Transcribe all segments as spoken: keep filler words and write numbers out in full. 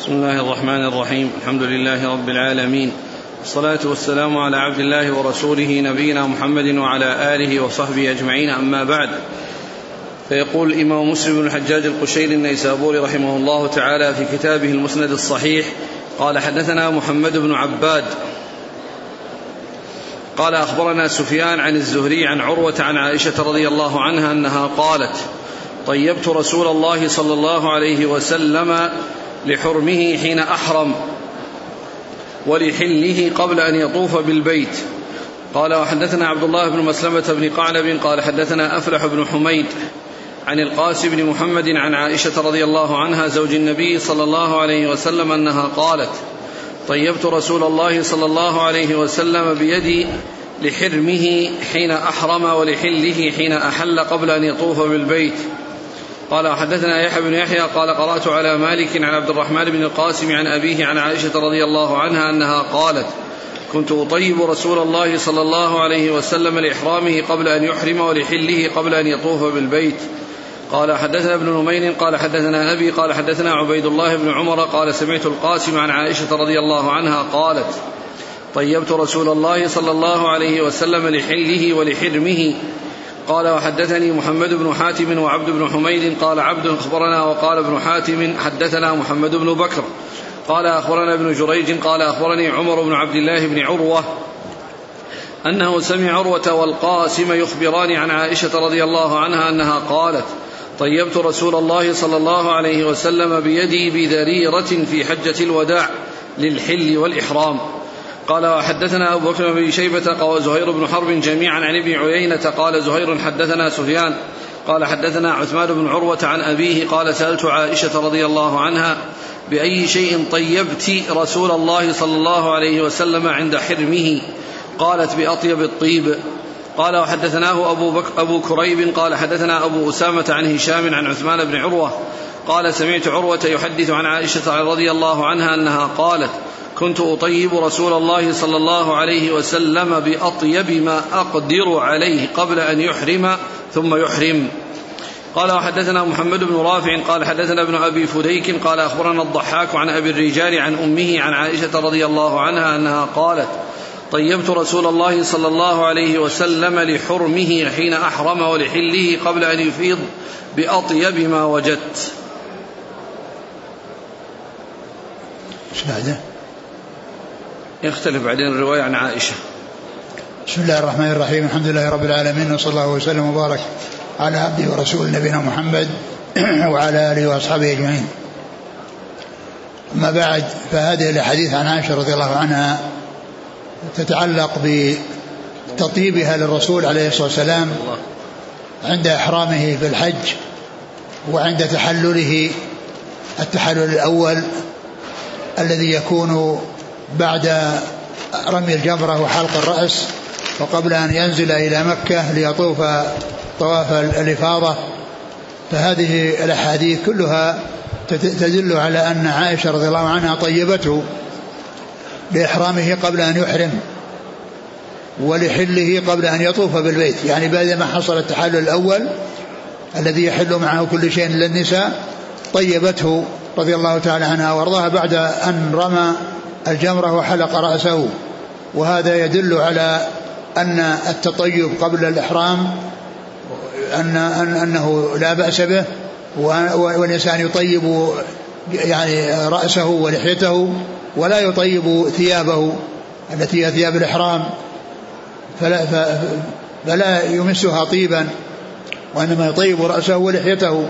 بسم الله الرحمن الرحيم. الحمد لله رب العالمين، والصلاة والسلام على عبد الله ورسوله نبينا محمد وعلى آله وصحبه أجمعين، أما بعد. فيقول الإمام مسلم بن الحجاج القشيري النيسابوري رحمه الله تعالى في كتابه المسند الصحيح: قال حدثنا محمد بن عباد قال أخبرنا سفيان عن الزهري عن عروة عن عائشة رضي الله عنها أنها قالت: طيبت رسول الله صلى الله عليه وسلم لحرمه حين أحرم ولحله قبل أن يطوف بالبيت. قال وحدثنا عبد الله بن مسلمة بن قعنب قال حدثنا أفلح بن حميد عن القاسم بن محمد عن عائشة رضي الله عنها زوج النبي صلى الله عليه وسلم أنها قالت: طيبت رسول الله صلى الله عليه وسلم بيدي لحرمه حين أحرم ولحله حين أحل قبل أن يطوف بالبيت. قال وحدثنا يحيى بن يحيى قال قرأت على مالك عن عبد الرحمن بن القاسم عن أبيه عن عائشة رضي الله عنها أنها قالت: كنت أطيب رسول الله صلى الله عليه وسلم لإحرامه قبل أن يحرم ولحله قبل أن يطوف بالبيت. قال حدثنا ابن نمير قال حدثنا أبي قال حدثنا عبيد الله بن عمر قال سمعت القاسم عن عائشة رضي الله عنها قالت: طيبت رسول الله صلى الله عليه وسلم لحله ولحرمه. قال وحدثني محمد بن حاتم وعبد بن حميد قال عبد أخبرنا وقال ابن حاتم حدثنا محمد بن بكر قال أخبرنا ابن جريج قال أخبرني عمر بن عبد الله بن عروة أنه سمع عروة والقاسم يخبران عن عائشة رضي الله عنها أنها قالت: طيبت رسول الله صلى الله عليه وسلم بيدي بذريرة في حجة الوداع للحل والإحرام. قال وحدثنا أبو بكر بن شيبة قال زهير بن حرب جميعا عن ابن عيينة قال زهير حدثنا سفيان قال حدثنا عثمان بن عروة عن أبيه قال: سألت عائشة رضي الله عنها: بأي شيء طيبت رسول الله صلى الله عليه وسلم عند حرمه؟ قالت: بأطيب الطيب. قال وحدثناه أبو, بك أبو كريب قال حدثنا أبو أسامة عن هشام عن عثمان بن عروة قال: سمعت عروة يحدث عن عائشة رضي الله عنها أنها قالت: كنت أطيب رسول الله صلى الله عليه وسلم بأطيب ما أقدر عليه قبل أن يحرم ثم يحرم. قال وحدثنا محمد بن رافع قال حدثنا ابن أبي فديك قال أخبرنا الضحاك عن أبي الرجال عن أمه عن عائشة رضي الله عنها أنها قالت: طيبت رسول الله صلى الله عليه وسلم لحرمه حين أحرم ولحله قبل أن يفيض بأطيب ما وجدت. يختلف بعدين الرواية عن عائشة. بسم الله الرحمن الرحيم. الحمد لله رب العالمين، وصلى الله وسلم وبارك على عبده ورسول نبينا محمد وعلى آله وأصحابه أجمعين. أما بعد، فهذه الحديث عن عائشة رضي الله عنها تتعلق بتطيبها للرسول عليه الصلاة والسلام عند إحرامه في الحج وعند تحلله التحلل الأول الذي يكون بعد رمي الجمرة وحلق الرأس وقبل أن ينزل إلى مكة ليطوف طواف الإفاضة. فهذه الأحاديث كلها تدل على أن عائشة رضي الله عنها طيبته لإحرامه قبل أن يحرم ولحله قبل أن يطوف بالبيت، يعني بعد ما حصل التحلل الأول الذي يحل معه كل شيء إلا النساء، طيبته رضي الله تعالى عنها وارضاها بعد أن رمى الجمرة وحلق رأسه. وهذا يدل على أن التطيب قبل الإحرام أن أنه لا بأس به، والإنسان يطيب يعني رأسه ولحيته ولا يطيب ثيابه التي هي ثياب الإحرام، فلا, فلا يمسها طيبا، وإنما يطيب رأسه ولحيته.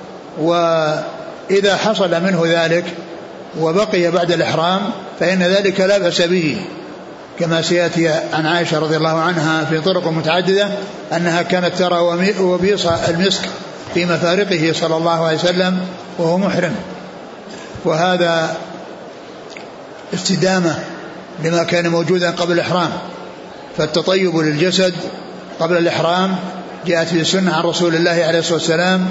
وإذا حصل منه ذلك وبقي بعد الإحرام فإن ذلك لا بأس به، كما سيأتي عن عائشة رضي الله عنها في طرق متعددة أنها كانت ترى وبيص المسك في مفارقه صلى الله عليه وسلم وهو محرم. وهذا استدامة لما كان موجودا قبل الإحرام. فالتطيب للجسد قبل الإحرام جاءت في السنة عن رسول الله عليه الصلاة والسلام،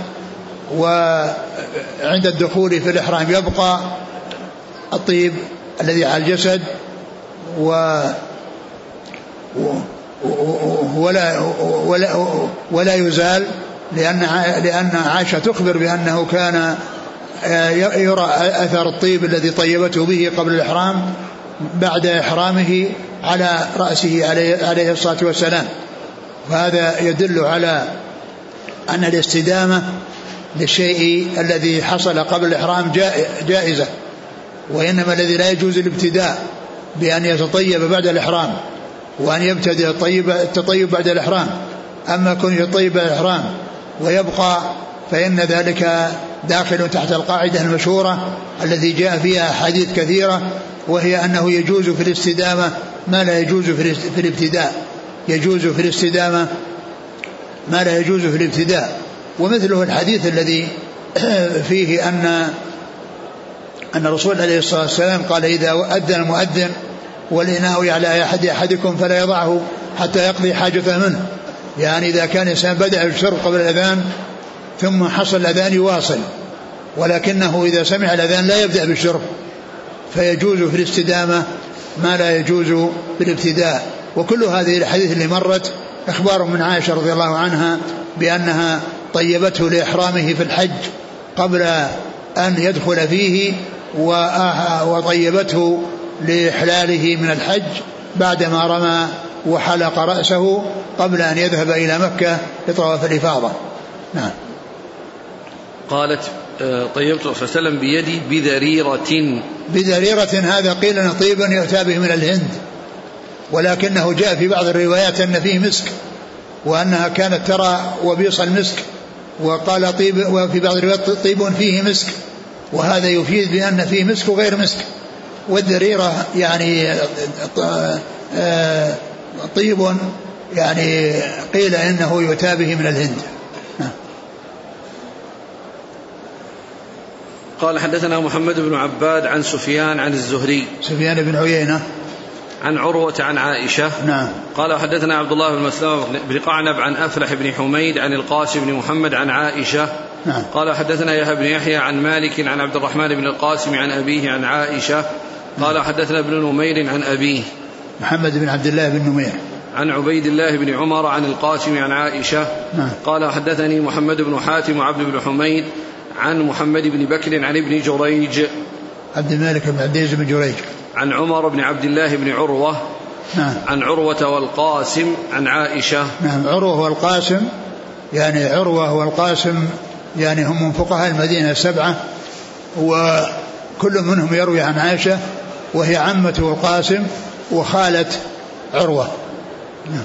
وعند الدخول في الإحرام يبقى الطيب الذي على الجسد و ولا, ولا, ولا يزال، لأن لأن عائشة تخبر بأنه كان يرى أثر الطيب الذي طيبته به قبل الإحرام بعد إحرامه على رأسه عليه الصلاة والسلام. وهذا يدل على أن الاستدامة للشيء الذي حصل قبل الإحرام جائزة، وإنما الذي لا يجوز الابتداء بأن يتطيب بعد الإحرام وأن يبتدئ التطيب بعد الإحرام. أما كن يطيب بعد الإحرام ويبقى فإن ذلك داخل تحت القاعدة المشهورة التي جاء فيها حديث كثيرة، وهي أنه يجوز في الاستدامة ما لا يجوز في الابتداء، يجوز في الاستدامة ما لا يجوز في الابتداء. ومثله الحديث الذي فيه أن أن الرسول عليه الصلاة والسلام قال: إذا أذن المؤذن والإناء على أحد أحدكم فلا يضعه حتى يقضي حاجته منه. يعني إذا كان الإنسان بدأ بالشرب قبل الأذان ثم حصل الأذان يواصل، ولكنه إذا سمع الأذان لا يبدأ بالشرب، فيجوز في الاستدامة ما لا يجوز بالابتداء. وكل هذه الحديث اللي مرت إخبار من عائشة رضي الله عنها بأنها طيبته لإحرامه في الحج قبل أن يدخل فيه، وطيبته لإحلاله من الحج بعدما رمى وحلق رأسه قبل أن يذهب إلى مكة لطواف الإفاضة. نعم. قالت: طيبت صلى الله عليه وسلم بيدي بذريرة. بذريرة هذا قيل أن طيبا يؤتى به من الهند، ولكنه جاء في بعض الروايات أن فيه مسك، وأنها كانت ترى وبيص المسك، وقال طيب، وفي بعض الروايات طيب فيه مسك، وهذا يفيد بأن فيه مسك وغير مسك. والذريرة يعني طيب يعني قيل إنه يؤتى به من الهند. قال: حدثنا محمد بن عباد عن سفيان عن الزهري سفيان بن عيينة عن عروة عن عائشة. نعم. قال: حدثنا عبد الله بن مسلمة بن قعنب عن أفلح بن حميد عن القاسم بن محمد عن عائشة. نعم. قال: حدثنا يحيى بن يحيى عن مالك عن عبد الرحمن بن القاسم عن أبيه عن عائشة. قال: حدثنا ابن نمير عن أبيه محمد بن عبد الله بن نمير عن عبيد الله بن عمر عن القاسم عن عائشة. نعم. قال: حدثني محمد بن حاتم وعبد بن حميد عن محمد بن بكر عن ابن جريج عبد الملك بن عبد العزيز بن جريج عن عمر بن عبد الله بن عروة. نعم. عن عروة والقاسم عن عائشة. نعم. عروة والقاسم يعني عروة والقاسم يعني هم من فقهاء المدينة السبعة، وكل منهم يروي عن عائشة وهي عمة القاسم وخالة عروة. نعم.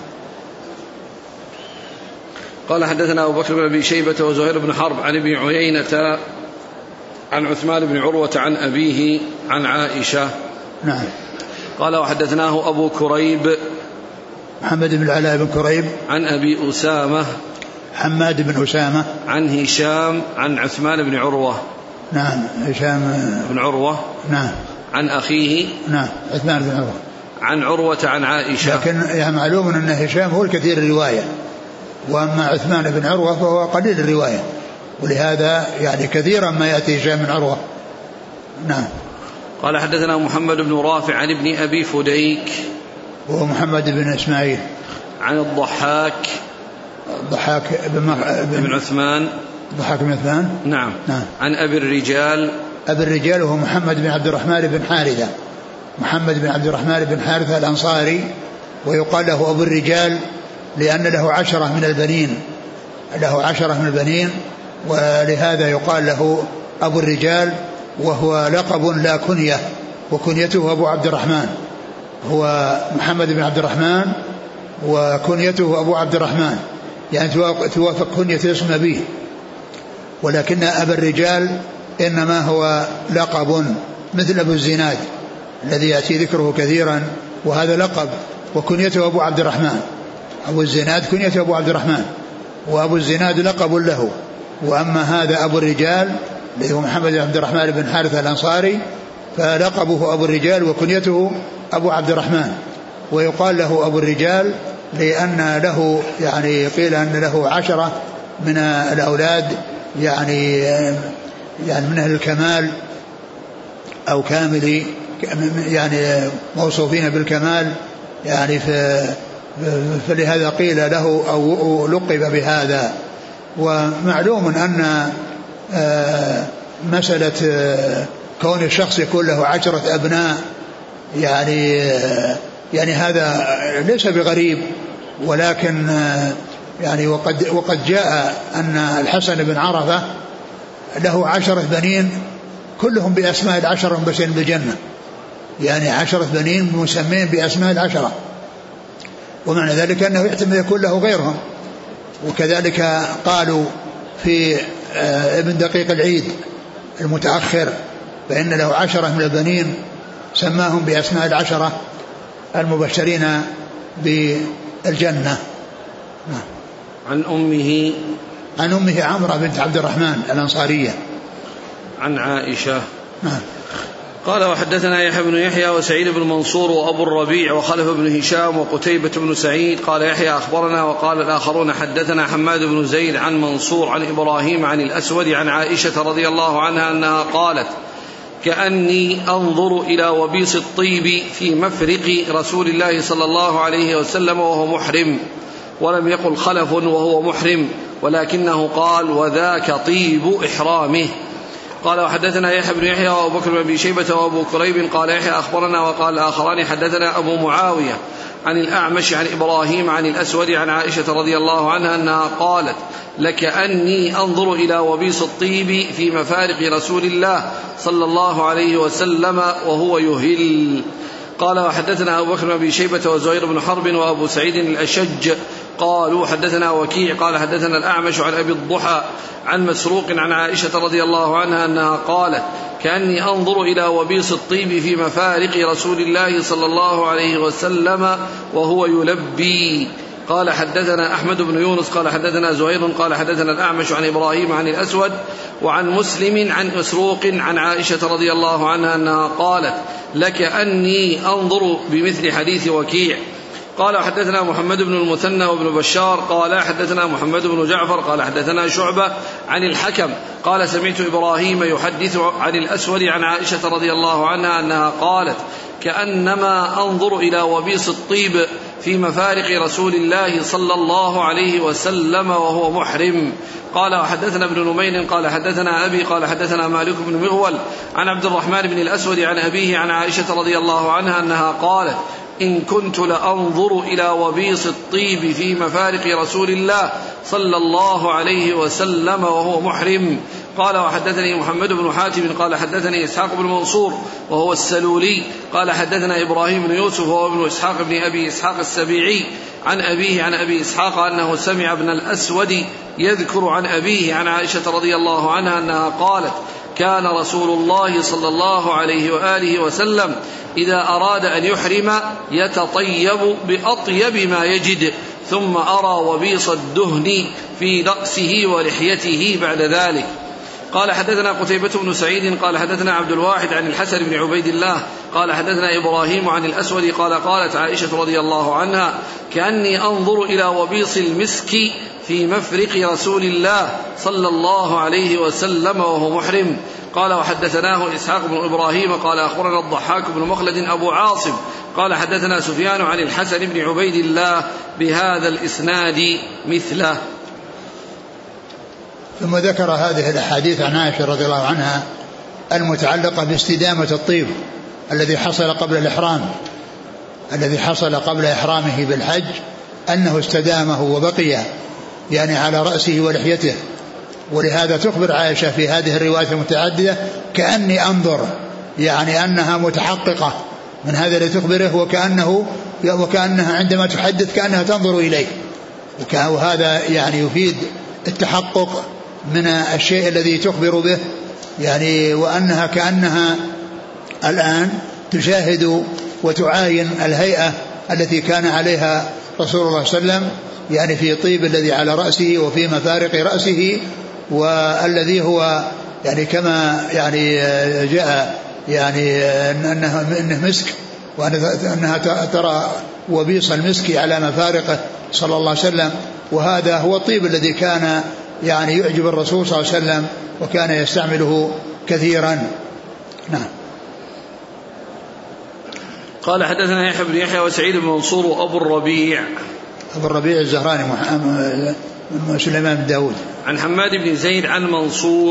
قال: حدثنا أبو بكر بن أبي شيبة وزهير بن حرب عن ابن عيينة عن عثمان بن عروة عن أبيه عن عائشة. نعم. قال: وحدثناه أبو كريب محمد بن العلاء بن كريب عن أبي أسامة حماد بن أسامة عن هشام عن عثمان بن عروة. نعم. هشام بن عروة. نعم. عن أخيه. نعم. عثمان بن عروة عن عروة عن عائشة. لكن يعني معلوم أن هشام هو الكثير الرواية، وأما عثمان بن عروة فهو قليل الرواية، ولهذا يعني كثيرا ما يأتي هشام بن عروة. نعم. قال: حدثنا محمد بن رافع عن ابن أبي فديك وهو محمد بن إسماعيل عن الضحاك الضحاك بن, مخ... بن عثمان الضحاك بن عثمان. نعم. نعم. عن أبي الرجال أبي الرجال وهو محمد بن عبد الرحمن بن حارثة محمد بن عبد الرحمن بن حارثة الأنصاري، ويقال له أبو الرجال لأن له عشرة من البنين له عشرة من البنين ولهذا يقال له أبو الرجال، وهو لقب لا كنية، وكنيته أبو عبد الرحمن، هو محمد بن عبد الرحمن وكنيته أبو عبد الرحمن، يعني توافق كنية اسم أبيه، ولكن أبا الرجال إنما هو لقب مثل أبو الزناد الذي يأتي ذكره كثيرا، وهذا لقب، وكنيته أبو عبد الرحمن. أبو الزناد كنيته أبو عبد الرحمن، وأبو الزناد لقب له، وأما هذا أبو الرجال الذي هو محمد بن عبد الرحمن بن حارثة الأنصاري فلقبه أبو الرجال وكنيته أبو عبد الرحمن. ويقال له أبو الرجال لأن له يعني قيل أن له عشرة من الأولاد يعني يعني من أهل الكمال أو كامل يعني موصوفين بالكمال يعني فلهذا قيل له أو لقب بهذا. ومعلوم أن مسألة كون الشخص يكون له عشرة أبناء يعني يعني هذا ليس بغريب، ولكن يعني وقد وقد جاء أن الحسن بن عرفة له عشرة بنين كلهم بأسماء العشرة المبشرين بالجنة، يعني عشرة بنين مسمين بأسماء العشرة، ومعنى ذلك أنه يحتمل يكون له غيرهم. وكذلك قالوا في ابن دقيق العيد المتأخر فإن له عشرة من البنين سماهم بأسماء العشرة المبشرين بالجنة. عن أمه عن أمه عمرة بنت عبد الرحمن الأنصارية عن عائشة. نعم. قال وحدثنا يحيى بن يحيى وسعيد بن منصور وأبو الربيع وخلف بن هشام وقتيبة بن سعيد قال يحيى أخبرنا، وقال الآخرون حدثنا حماد بن زيد عن منصور عن إبراهيم عن الأسود عن عائشة رضي الله عنها أنها قالت كأني أنظر إلى وبيص الطيب في مفرق رسول الله صلى الله عليه وسلم وهو محرم، ولم يقل خلف وهو محرم، ولكنه قال وذاك طيب إحرامه. قال وحدثنا يحيى بن يحيى وأبو بكر بن أبي شيبة وأبو كريب قال يحيى أخبرنا، وقال الآخران حدثنا أبو معاوية عن الأعمش عن إبراهيم عن الأسود عن عائشة رضي الله عنها أنها قالت لكأني أنظر إلى وبيص الطيب في مفارق رسول الله صلى الله عليه وسلم وهو يهل. قال وحدثنا أبو بكر بن أبي شيبة وزهير بن حرب وأبو سعيد الأشج قالوا حدثنا وكيع قال حدثنا الأعمش عن أبي الضحى عن مسروق عن عائشة رضي الله عنها أنها قالت كأني أنظر إلى وبيص الطيب في مفارق رسول الله صلى الله عليه وسلم وهو يلبي. قال حدثنا أحمد بن يونس قال حدثنا زهير قال حدثنا الأعمش عن إبراهيم عن الأسود وعن مسلم عن مسروق عن عائشة رضي الله عنها أنها قالت لكأني أنظر بمثل حديث وكيع. قال حدثنا محمد بن المثنى وابن بشار قال حدثنا محمد بن جعفر قال حدثنا شعبة عن الحكم قال سمعت إبراهيم يحدث عن الأسود عن عائشة رضي الله عنها أنها قالت كأنما أنظر إلى وبيص الطيب في مفارق رسول الله صلى الله عليه وسلم وهو محرم. قال وحدثنا ابن نمير قال حدثنا أبي قال حدثنا مالك بن مغول عن عبد الرحمن بن الأسود عن أبيه عن عائشة رضي الله عنها أنها قالت إن كنت لأنظر إلى وبيص الطيب في مفارق رسول الله صلى الله عليه وسلم وهو محرم. قال وحدثني محمد بن حاتم قال حدثني إسحاق بن منصور وهو السلولي قال حدثنا إبراهيم بن يوسف وهو ابن إسحاق بن أبي إسحاق السبيعي عن أبيه عن أبي إسحاق أنه سمع ابن الأسود يذكر عن أبيه عن عائشة رضي الله عنها أنها قالت كان رسول الله صلى الله عليه وآله وسلم إذا أراد أن يحرم يتطيب بأطيب ما يجد ثم أرى وبيص الدهن في رأسه ولحيته بعد ذلك. قال حدثنا قتيبة بن سعيد قال حدثنا عبد الواحد عن الحسن بن عبيد الله قال حدثنا إبراهيم عن الأسود قال قالت عائشة رضي الله عنها كأني أنظر إلى وبيص المسك في مفرق رسول الله صلى الله عليه وسلم وهو محرم. قال وحدثناه إسحاق بن إبراهيم قال أخبرنا الضحاك بن مخلد أبو عاصم قال حدثنا سفيان عن الحسن بن عبيد الله بهذا الإسناد مثله. ثم ذكر هذه الأحاديث عن عائشة رضي الله عنها المتعلقة باستدامة الطيب الذي حصل قبل الإحرام الذي حصل قبل إحرامه بالحج أنه استدامه وبقي يعني على رأسه ولحيته. ولهذا تخبر عائشة في هذه الروايات المتعددة كأني أنظر، يعني أنها متحققة من هذا الذي تخبره، وكأنه وكأنها عندما تحدث كأنها تنظر إليه، وهذا يعني يفيد التحقق من الشيء الذي تخبر به، يعني وأنها كأنها الآن تشاهد وتعاين الهيئة التي كان عليها رسول الله صلى الله عليه وسلم، يعني في طيب الذي على رأسه وفي مفارق رأسه، والذي هو يعني كما يعني جاء يعني أنه, إنه مسك، وأنها ترى وبيص المسك على مفارقه صلى الله عليه وسلم، وهذا هو الطيب الذي كان يعني يعجب الرسول صلى الله عليه وسلم وكان يستعمله كثيرا. نعم. قال حدثنا يحيى بن يحيى وسعيد بن منصور وأبو الربيع أبو الربيع الزهراني سليمان بن داود عن حماد بن زيد عن منصور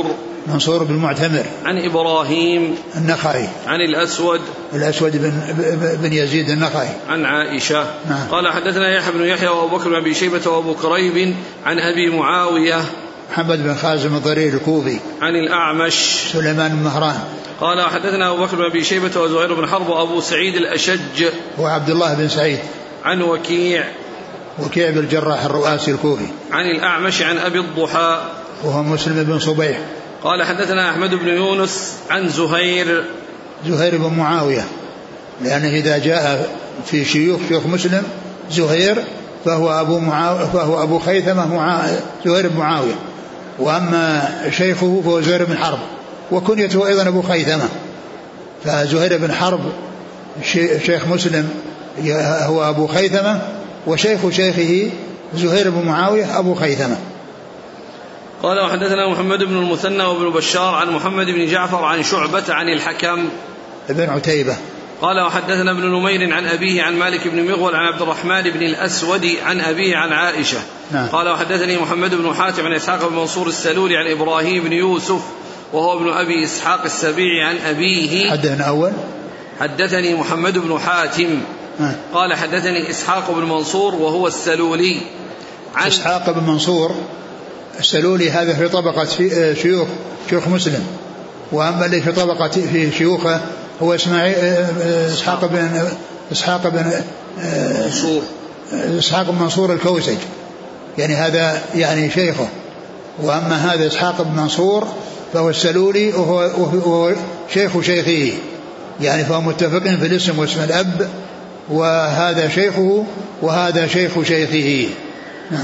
منصور بن المعتمر عن إبراهيم النخعي عن الأسود الأسود بن, بن يزيد النخعي عن عائشة. نعم. قال حدثنا يحيى بن يحيى وأبو بكر بن أبي شيبة وأبو كريب عن أبي معاوية محمد بن خازم الضرير الكوفي عن الأعمش سليمان بن مهران. قال حدثنا أبو بكر بن أبي شيبة وزهير بن حرب وأبو سعيد الأشج وعبد الله بن سعيد عن وكيع وكيع بن الجراح الرؤاسي الكوفي عن الأعمش عن أبي الضحى وهو مسلم بن صبيح. قال حدثنا أحمد بن يونس عن زهير زهير بن معاوية، لأنه إذا جاء في شيوخ شيوخ مسلم زهير فهو أبو معاوية فهو أبو خيثمة معاوية زهير بن معاوية، وأما شيخه فهو زهير بن حرب وكنيته أيضا أبو خيثمة. فزهير بن حرب شيخ مسلم هو أبو خيثمة، وشيخ شيخه زهير بن معاوية أبو خيثمة. قال وحدثنا محمد بن المثنى وابن بشار عن محمد بن جعفر عن شعبة عن الحكم ابن عتيبة. قال وحدثنا ابن نمير عن أبيه عن مالك بن مغول عن عبد الرحمن بن الأسود عن أبيه عن عائشة. نعم. قال وحدثني محمد بن حاتم عن إسحاق بن منصور السلولي عن إبراهيم بن يوسف وهو ابن أبي إسحاق السبيعي عن أبيه. حدثنا أول حدثني محمد بن حاتم نعم. قال حدثني إسحاق بن منصور وهو السلولي عن إسحاق بن منصور السلولي هذا في طبقة في شيوخ شيوخ مسلم، وأما اللي في طبقة في شيوخه هو إسماعيل إسحاق بن إسحاق بن منصور إسحاق بن منصور الكوسج، يعني هذا يعني شيخه. وأما هذا إسحاق بن منصور فهو السلولي وهو, وهو شيخ شيخه، يعني فهم متفقين في الاسم واسم الأب، وهذا شيخه وهذا شيخ شيخه. نعم.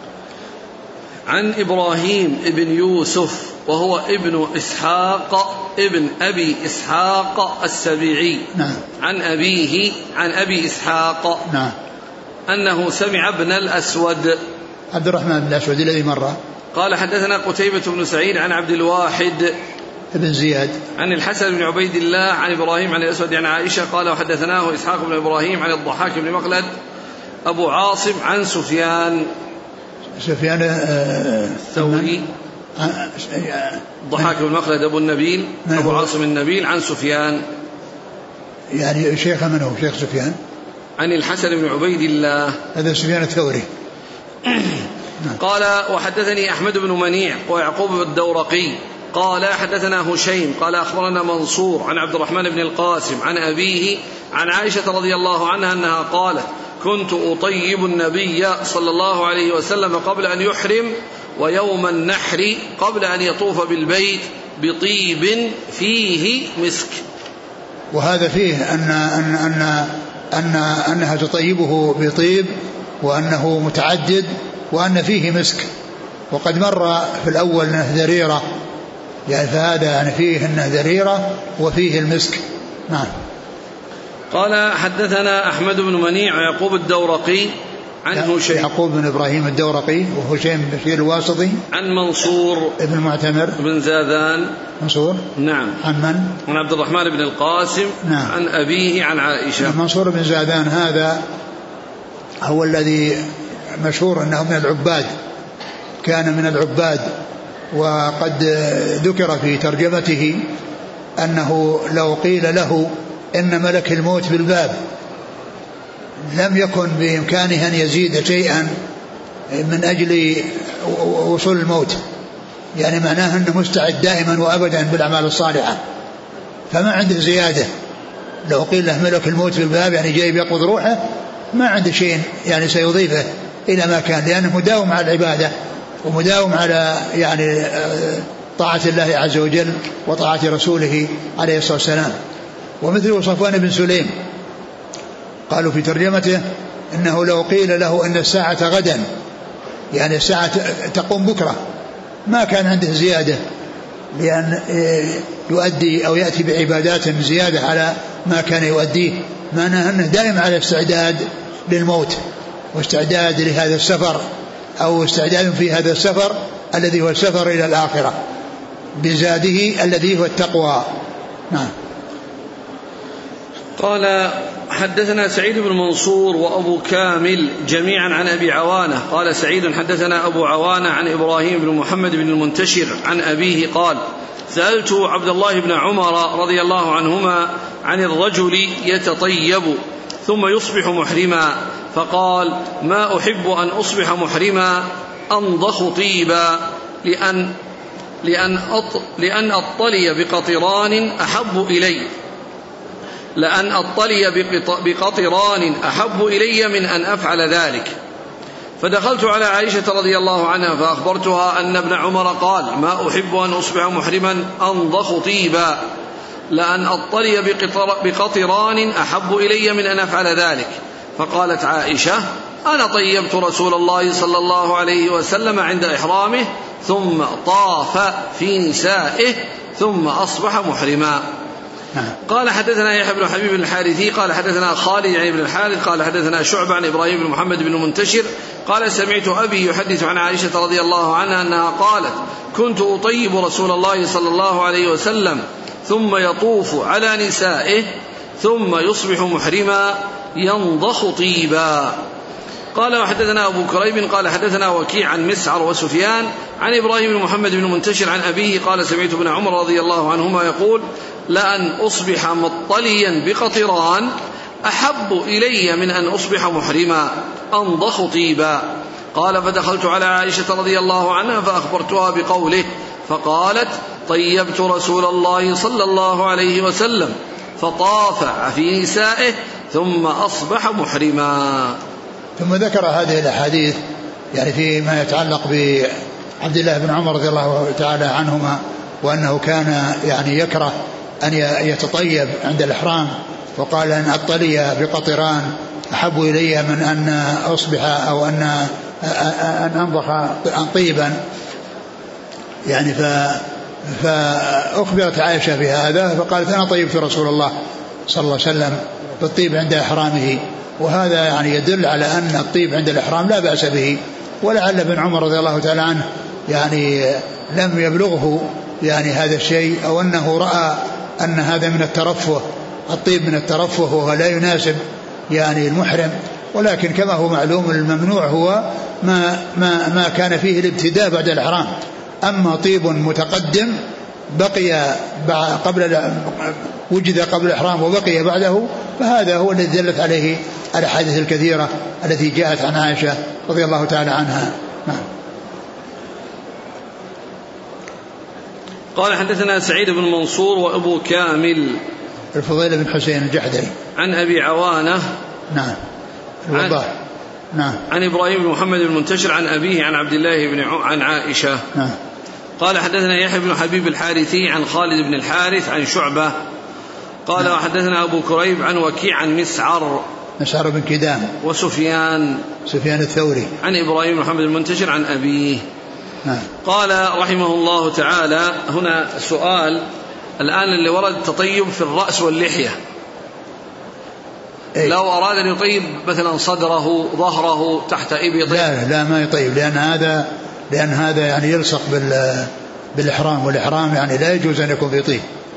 عن إبراهيم ابن يوسف وهو ابن إسحاق ابن أبي إسحاق السبيعي. نعم. عن أبيه عن أبي إسحاق. نعم. أنه سمع ابن الأسود عبد الرحمن بن الأسود الذي مر. قال حدثنا قتيبة بن سعيد عن عبد الواحد ابن زياد عن الحسن بن عبيد الله عن إبراهيم عن الأسود عن عائشة. قال وحدثناه إسحاق بن إبراهيم عن الضحاك بن مخلد أبو عاصم عن سفيان سفيان الثوري ضحاك بن مخلد أبو النبيل أبو عاصم النبيل عن سفيان، يعني شيخ من هو شيخ سفيان؟ عن الحسن بن عبيد الله هذا سفيان الثوري. قال وحدثني أحمد بن منيع ويعقوب الدورقي قال حدثنا هشيم قال أخبرنا منصور عن عبد الرحمن بن القاسم عن أبيه عن عائشة رضي الله عنها أنها قالت كنت أطيب النبي صلى الله عليه وسلم قبل أن يحرم ويوم النحر قبل أن يطوف بالبيت بطيب فيه مسك. وهذا فيه أن, أن, أن, أن أنها تطيبه بطيب وأنه متعدد وأن فيه مسك. وقد مر في الأول أنه ذريرة، يعني فهذا يعني فيه أنه ذريرة وفيه المسك. نعم. قال حدثنا أحمد بن منيع ويعقوب الدورقي عن هشيم يعقوب بن إبراهيم الدورقي وهشيم بن بشير الواسطي عن منصور ابن معتمر بن زاذان منصور نعم عن من؟ عن عبد الرحمن بن القاسم نعم. عن أبيه عن عائشة. منصور بن زاذان هذا هو الذي مشهور أنه من العباد، كان من العباد، وقد ذكر في ترجمته أنه لو قيل له إن ملك الموت بالباب لم يكن بإمكانه أن يزيد شيئا من أجل وصول الموت، يعني معناه أنه مستعد دائما وأبدا بالأعمال الصالحة، فما عنده زيادة. لو قيل له ملك الموت بالباب يعني جاي بيقبض روحه ما عنده شيء يعني سيضيفه إلى ما كان، لأنه مداوم على العبادة ومداوم على يعني طاعة الله عز وجل وطاعة رسوله عليه الصلاة والسلام. ومثله صفوان بن سليم قالوا في ترجمته إنه لو قيل له إن الساعة غدا يعني الساعة تقوم بكرة ما كان عنده زيادة، لأن يؤدي أو يأتي بعبادات زيادة على ما كان يؤديه، معناه أنه دائم على استعداد للموت واستعداد لهذا السفر أو استعداد في هذا السفر الذي هو السفر إلى الآخرة بزاده الذي هو التقوى. نعم. قال حدثنا سعيد بن منصور وأبو كامل جميعا عن أبي عوانة. قال سعيد حدثنا أبو عوانة عن إبراهيم بن محمد بن المنتشر عن أبيه قال سألت عبد الله بن عمر رضي الله عنهما عن الرجل يتطيب ثم يصبح محرما فقال ما أحب أن أصبح محرما أنضخ طيبا لأن, لأن, أط لأن أطلي بقطران أحب إلي لأن أطلي بقطران أحب إلي من أن أفعل ذلك. فدخلت على عائشة رضي الله عنها فأخبرتها أن ابن عمر قال ما أحب أن أصبح محرما أنضخ طيبا لأن أطلي بقطران أحب إلي من أن أفعل ذلك. فقالت عائشة أنا طيبت رسول الله صلى الله عليه وسلم عند إحرامه ثم طاف في نسائه ثم أصبح محرما. قال حدثنا يحيى بن حبيب الحارثي قال حدثنا خالد يعني بن الحارث قال حدثنا شعبة عن إبراهيم بن محمد بن منتشر قال سمعت أبي يحدث عن عائشة رضي الله عنها أنها قالت كنت أطيب رسول الله صلى الله عليه وسلم ثم يطوف على نسائه ثم يصبح محرما ينضخ طيبا. قال وحدثنا أبو كريب قال حدثنا وكيع عن مسعر وسفيان عن إبراهيم بن محمد بن منتشر عن أبيه قال سمعت ابن عمر رضي الله عنهما يقول لأن أصبح مطليا بقطران أحب إلي من أن أصبح محرما أنضخ طيبا. قال فدخلت على عائشة رضي الله عنها فأخبرتها بقوله فقالت طيبت رسول الله صلى الله عليه وسلم فطاف في نسائه ثم أصبح محرما. ثم ذكر هذه الأحاديث يعني فيما يتعلق بعبد الله بن عمر رضي الله تعالى عنهما وأنه كان يعني يكره أن يتطيب عند الإحرام وقال أن أطلي بقطران أحب إلي من أن أصبح أو أن أن أنضخ طيبا يعني فأخبرت عائشة بهذا فقالت أنا طيبت رسول الله صلى الله عليه وسلم بالطيب عند إحرامه. وهذا يعني يدل على أن الطيب عند الإحرام لا بأس به. ولعل ابن عمر رضي الله تعالى عنه يعني لم يبلغه يعني هذا الشيء أو أنه رأى أن هذا من الترفه الطيب من الترفه وهو لا يناسب يعني المحرم. ولكن كما هو معلوم الممنوع هو ما, ما, ما كان فيه الابتداء بعد الإحرام. أما طيب متقدم بقي قبل وجد قبل الإحرام وبقي بعده فهذا هو الذي دلت عليه الأحاديث الكثيرة التي جاءت عن عائشة رضي الله تعالى عنها. نعم. قال حدثنا سعيد بن منصور وأبو كامل الفضيل بن حسين الجحدري عن أبي عوانة نعم الوضاح نعم عن إبراهيم بن محمد بن منتشر عن أبيه عن عبد الله بن عن عائشة نعم. قال حدثنا يحيى بن حبيب الحارثي عن خالد بن الحارث عن شعبة قال نعم. وحدثنا أبو كريب عن وكيع عن مسعر مسعر بن كدام وسفيان سفيان الثوري عن إبراهيم بن محمد المنتشر عن أبيه نعم. قال رحمه الله تعالى هنا سؤال الآن اللي ورد التطيب في الرأس واللحية إيه؟ لو أراد أن يطيب مثلا صدره ظهره تحت إبطه لا لا ما يطيب لأن هذا لأن هذا يعني يلصق بال بالإحرام والإحرام يعني لا يجوز أن يكون في طيب.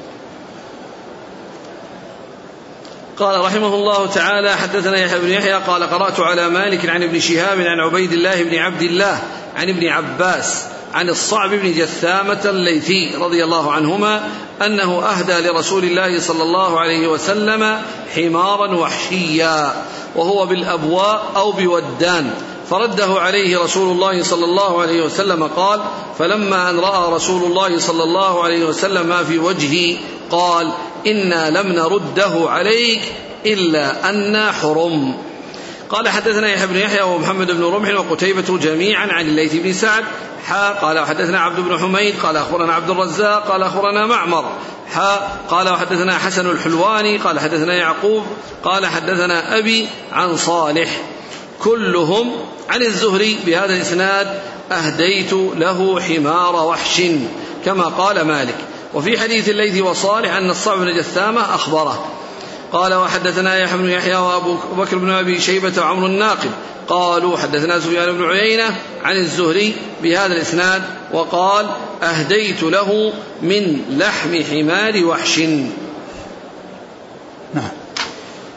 قال رحمه الله تعالى حدثنا يحيى بن يحيى قال قرأت على مالك عن ابن شهاب عن عبيد الله بن عبد الله عن ابن عباس عن الصعب بن جثامة الليثي رضي الله عنهما أنه أهدى لرسول الله صلى الله عليه وسلم حمارا وحشيا وهو بالأبواء أو بودان فرده عليه رسول الله صلى الله عليه وسلم قال فلما أن رأى رسول الله صلى الله عليه وسلم ما في وجهي قال إنا لم نرده عليك إلا أن حرم. قال حدثنا يحيى بن يحيى ومحمد بن رمح وقتيبة جميعا عن الليث بن سعد حا قال حدثنا عبد بن حميد قال أخبرنا عبد الرزاق قال أخبرنا معمر حا قال وحدثنا حسن الحلواني قال حدثنا يعقوب قال حدثنا أبي عن صالح كلهم عن الزهري بهذا الإسناد أهديت له حمار وحش كما قال مالك. وفي حديث الليث وصالح أن الصعب بن جثامة أخبره. قال وحدثنا يحيى بن يحيى وأبو بكر بن أبي شيبة وعمر الناقد قالوا حدثنا سفيان بن عيينة عن الزهري بهذا الإسناد وقال أهديت له من لحم حمار وحش. نعم.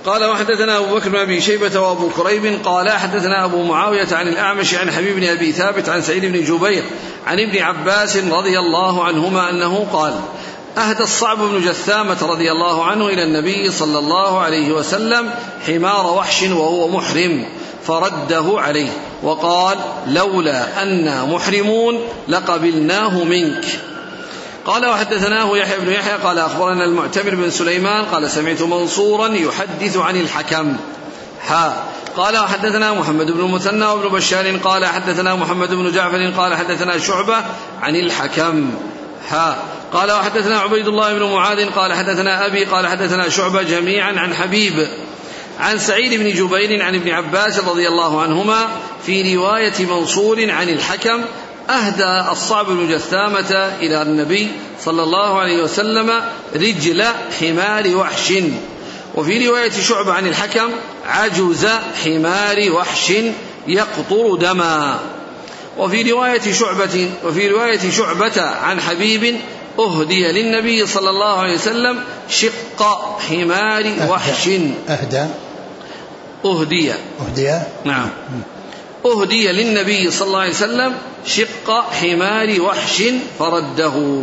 قال وحدثنا أبو بكر بن أبي شيبة وأبو كريب قال حدثنا أبو معاوية عن الأعمش عن حبيب بن أبي ثابت عن سعيد بن جبير عن ابن عباس رضي الله عنهما أنه قال أهدى الصعب بن جثامة رضي الله عنه إلى النبي صلى الله عليه وسلم حمار وحش وهو محرم فرده عليه وقال لولا أنا محرمون لقبلناه منك. قال وحدثناه يحيى بن يحيى قال أخبرنا المعتمر بن سليمان قال سمعت منصورا يحدث عن الحكم ها قال وحدثنا محمد بن المثنى وابن بشار قال حدثنا محمد بن جعفر قال حدثنا شعبة عن الحكم ها قال وحدثنا عبيد الله بن معاذ قال حدثنا أبي قال حدثنا شعبة جميعا عن حبيب عن سعيد بن جبير عن ابن عباس رضي الله عنهما في رواية منصور عن الحكم أهدى الصعب بن جثامة إلى النبي صلى الله عليه وسلم رجل حمار وحش. وفي رواية شعبة عن الحكم عجز حمار وحش يقطر دما. وفي رواية شعبة وفي رواية شعبة عن حبيب أهدي للنبي صلى الله عليه وسلم شق حمار وحش. أهدى أهدي أهدي نعم أهدي للنبي صلى الله عليه وسلم شق حمار وحش فرده.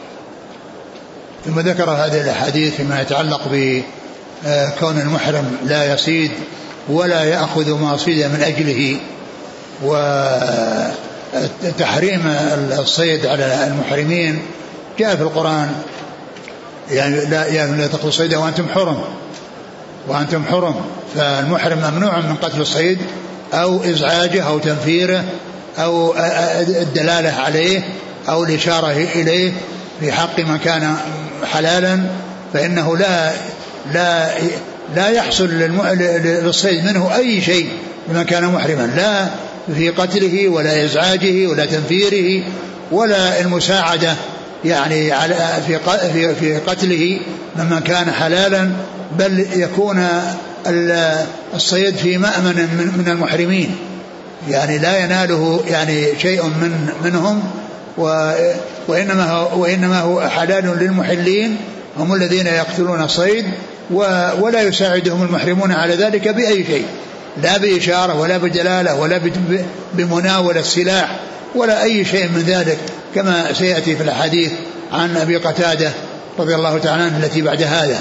ثم ذكر هذه الأحاديث فيما يتعلق بكون المحرم لا يصيد ولا يأخذ ما صيد من أجله، وتحريم الصيد على المحرمين جاء في القرآن يعني لا, لا تقتلوا الصيد وأنتم حرم وأنتم حرم فالمحرم ممنوع من قتل الصيد أو إزعاجه أو تنفيره أو الدلالة عليه أو الإشارة إليه في حق من كان حلالا، فإنه لا لا لا يحصل للصيد منه أي شيء لمن كان محرما، لا في قتله ولا إزعاجه ولا تنفيره ولا المساعدة يعني في في قتله ممن كان حلالا، بل يكون الصيد في مأمن من المحرمين يعني لا يناله يعني شيء من منهم، وإنما هو, وإنما هو حلال للمحلين هم الذين يقتلون الصيد ولا يساعدهم المحرمون على ذلك بأي شيء، لا بإشارة ولا بدلالة ولا بمناولة السلاح ولا أي شيء من ذلك، كما سيأتي في الحديث عن أبي قتادة رضي الله تعالى عنه التي بعد هذا.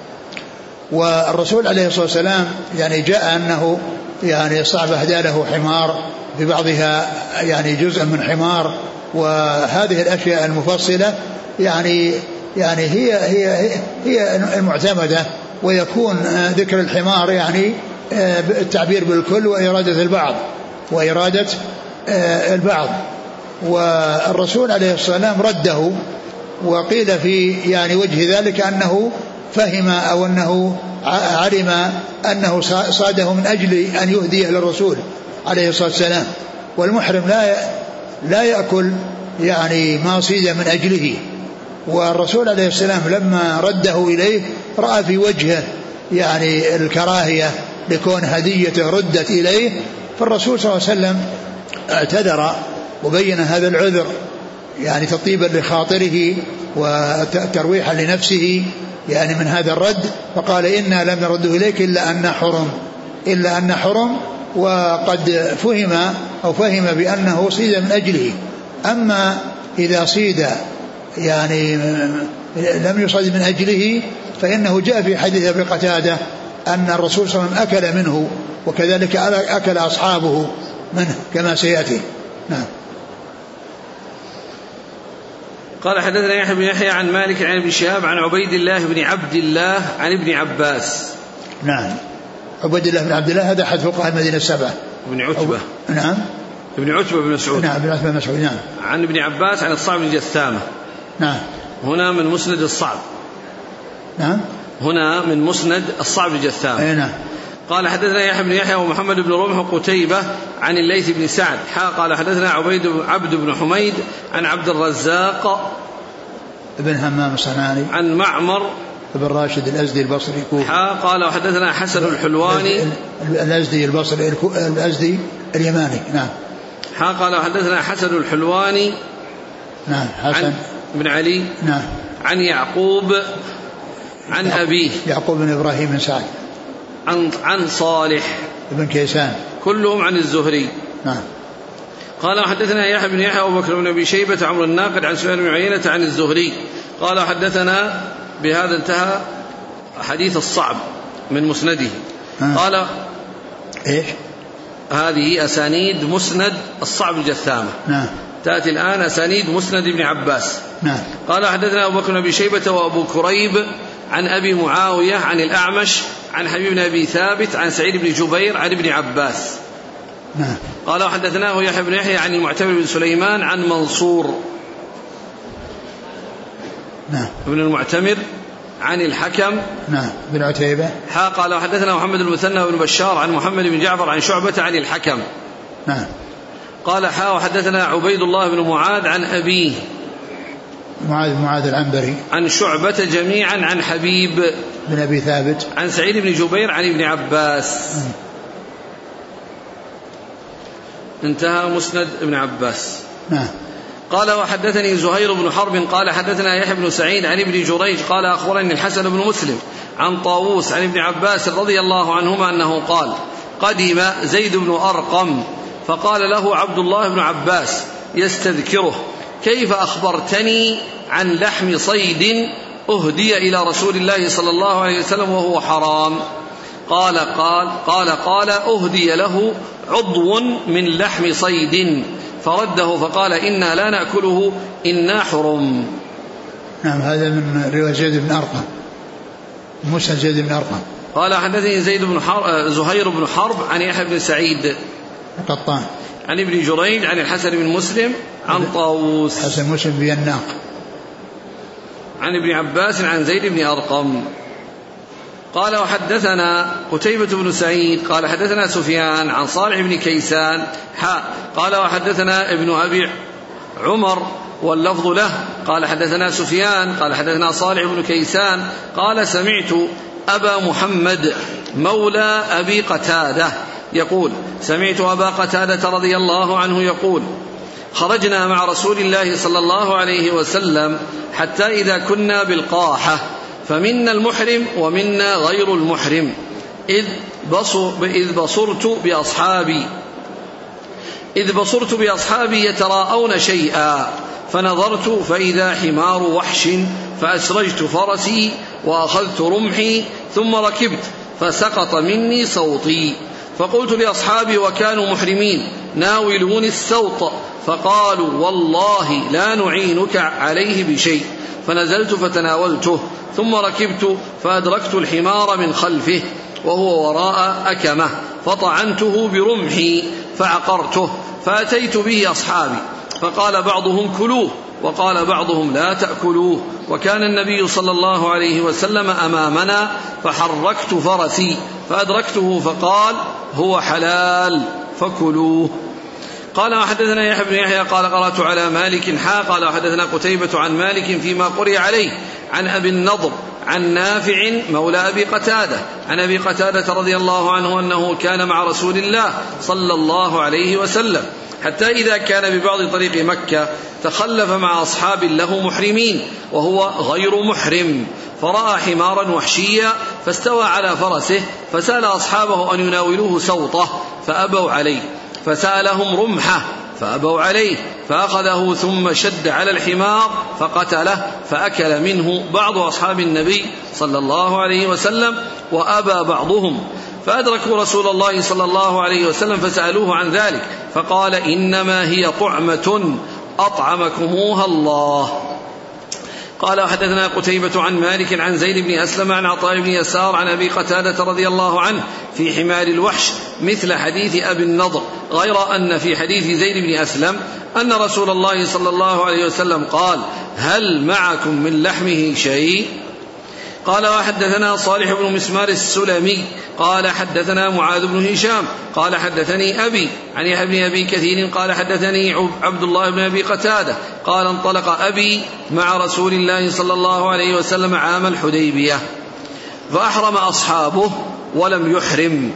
والرسول عليه الصلاة والسلام يعني جاء أنه يعني صعب أهدى له حمار ببعضها يعني جزء من حمار، وهذه الأشياء المفصلة يعني يعني هي هي هي المعتمدة، ويكون ذكر الحمار يعني التعبير بالكل وإرادة البعض وإرادة البعض. والرسول عليه الصلاة والسلام رده، وقيل في يعني وجه ذلك أنه فهم أو أنه علم أنه صاده من أجل أن يهديه للرسول عليه الصلاة والسلام، والمحرم لا لا يأكل يعني ما صيد من أجله. والرسول عليه السلام لما رده إليه رأى في وجهه يعني الكراهية لكون هديته ردت إليه، فالرسول صلى الله عليه وسلم اعتذر وبين هذا العذر يعني تطيبا لخاطره وترويحا لنفسه يعني من هذا الرد، فقال إنا لم نرده إليك إلا أن حرم إلا أن حرم وقد فهم أو فهم بأنه صيد من أجله. أما إذا صيد يعني لم يصيد من أجله فإنه جاء في حديث أبي قتادة أن الرسول صلى الله عليه وسلم أكل منه وكذلك أكل أصحابه منه كما سيأتي. نعم. قال حدثنا يحيى بن يحيى عن مالك عن ابن شهاب عن عبيد الله بن عبد الله عن ابن عباس. نعم. عبيد الله بن عبد الله هذا أحد فقهاء المدينة السبعة. ابن عتبة. نعم. ابن عتبة بن مسعود. نعم ابن عتبة بن مسعود. نعم. عن ابن عباس عن الصعب بن جثامة. نعم. هنا من مسند الصعب. نعم. هنا من مسند الصعب بن جثامة. أي نعم. قال حدثنا يحيى بن يحيى ومحمد بن رمح قتيبة عن الليث بن سعد حا قال حدثنا عبيد عبد بن حميد عن عبد الرزاق ابن همام الصنعاني عن معمر ابن راشد الأزدي البصري حا قال وحدثنا حسن الحلواني الأزدي البصري الأزدي اليماني. نعم. حا قال وحدثنا حسن الحلواني نعم حسن بن علي نعم عن يعقوب عن يعقوب أبيه يعقوب بن إبراهيم بن سعد عن, عن صالح بن كيسان كلهم عن الزهري. نعم. قال حدثنا يحيى بن يحيى وأبو بكر بن أبي شيبة عمرو الناقد عن سفيان بن عيينة عن الزهري قال حدثنا. بهذا انتهى حديث الصعب من مسنده. آه. قال إيش هذه أسانيد مسند الصعب الجثامة. نعم. تأتي الآن أسانيد مسند ابن عباس. نعم. قال حدثنا أبو بكر بن أبي شيبة وأبو كريب عن أبي معاوية عن الأعمش عن حبيب بن أبي ثابت عن سعيد بن جبير عن ابن عباس. نعم. قال حدثناه يحيى بن يحيى عن المعتمر بن سليمان عن منصور نعم. ابن المعتمر عن الحكم نعم بن عتيبة. حا قال حدثنا محمد المثنى بن بشار عن محمد بن جعفر عن شعبة عن الحكم. نعم. قال حا وحدثنا عبيد الله بن معاذ عن أبيه معاذ معاذ العنبري عن شعبة جميعا عن حبيب بن أبي ثابت عن سعيد بن جبير عن ابن عباس. م. انتهى مسند ابن عباس. نعم. قال وحدثني زهير بن حرب قال حدثنا يحيى بن سعيد عن ابن جريج قال أخبرني الحسن بن مسلم عن طاووس عن ابن عباس رضي الله عنهما أنه قال قدم زيد بن أرقم فقال له عبد الله بن عباس يستذكره كيف أخبرتني عن لحم صيد أهدي إلى رسول الله صلى الله عليه وسلم وهو حرام؟ قال قال قال قال أهدي له عضو من لحم صيد فرده فقال إنا لا نأكله إنا حرم. نعم. هذا من رواية زيد بن أرقم موسى زيد بن أرقم. قال حدثني زيد بن حرب زهير بن حرب عن يحيى بن سعيد القطان عن ابن جريج عن الحسن بن مسلم عن طاووس حسن مسلم بيناق عن ابن عباس عن زيد بن أرقم. قال وحدثنا قتيبة بن سعيد قال حدثنا سفيان عن صالح بن كيسان حاء قال وحدثنا ابن أبي عمر واللفظ له قال حدثنا سفيان قال حدثنا صالح بن كيسان قال سمعت أبا محمد مولى أبي قتادة يقول سمعت أبا قتادة رضي الله عنه يقول خرجنا مع رسول الله صلى الله عليه وسلم حتى إذا كنا بالقاحة فمنا المحرم ومنا غير المحرم إذ, بصر إذ بصرت بأصحابي إذ بصرت بأصحابي يتراءون شيئا فنظرت فإذا حمار وحش فأسرجت فرسي وأخذت رمحي ثم ركبت فسقط مني صوتي فقلت لأصحابي وكانوا محرمين ناولوني السوط فقالوا والله لا نعينك عليه بشيء فنزلت فتناولته ثم ركبت فأدركت الحمار من خلفه وهو وراء أكمه فطعنته برمحي فعقرته فأتيت به أصحابي فقال بعضهم كلوه وقال بعضهم لا تأكلوه وكان النبي صلى الله عليه وسلم أمامنا فحركت فرسي فأدركته فقال هو حلال فكلوه. قال وحدثنا يحيى بن يحيى قال قرأت على مالك حا قال وحدثنا قتيبة عن مالك فيما قرئ عليه عن أبي النضر عن نافع مولى أبي قتادة عن أبي قتادة رضي الله عنه أنه كان مع رسول الله صلى الله عليه وسلم حتى إذا كان ببعض طريق مكة تخلف مع أصحاب له محرمين وهو غير محرم فرأى حمارا وحشيا فاستوى على فرسه فسأل أصحابه أن يناولوه سوطه فأبوا عليه فسألهم رمحه فأبوا عليه فأخذه ثم شد على الحمار فقتله فأكل منه بعض أصحاب النبي صلى الله عليه وسلم وأبى بعضهم فأدركوا رسول الله صلى الله عليه وسلم فسألوه عن ذلك فقال إنما هي طعمة أطعمكموها الله. قال وحدثنا قتيبة عن مالك عن زيد بن أسلم عن عطاء بن يسار عن أبي قتادة رضي الله عنه في حمار الوحش مثل حديث أبي النضر غير أن في حديث زيد بن أسلم أن رسول الله صلى الله عليه وسلم قال هل معكم من لحمه شيء؟ قال وحدثنا صالح بن مسمار السلمي قال حدثنا معاذ بن هشام قال حدثني أبي عن يحيى بن أبي كثير قال حدثني عبد الله بن أبي قتادة قال انطلق أبي مع رسول الله صلى الله عليه وسلم عام الحديبية فأحرم أصحابه ولم يحرم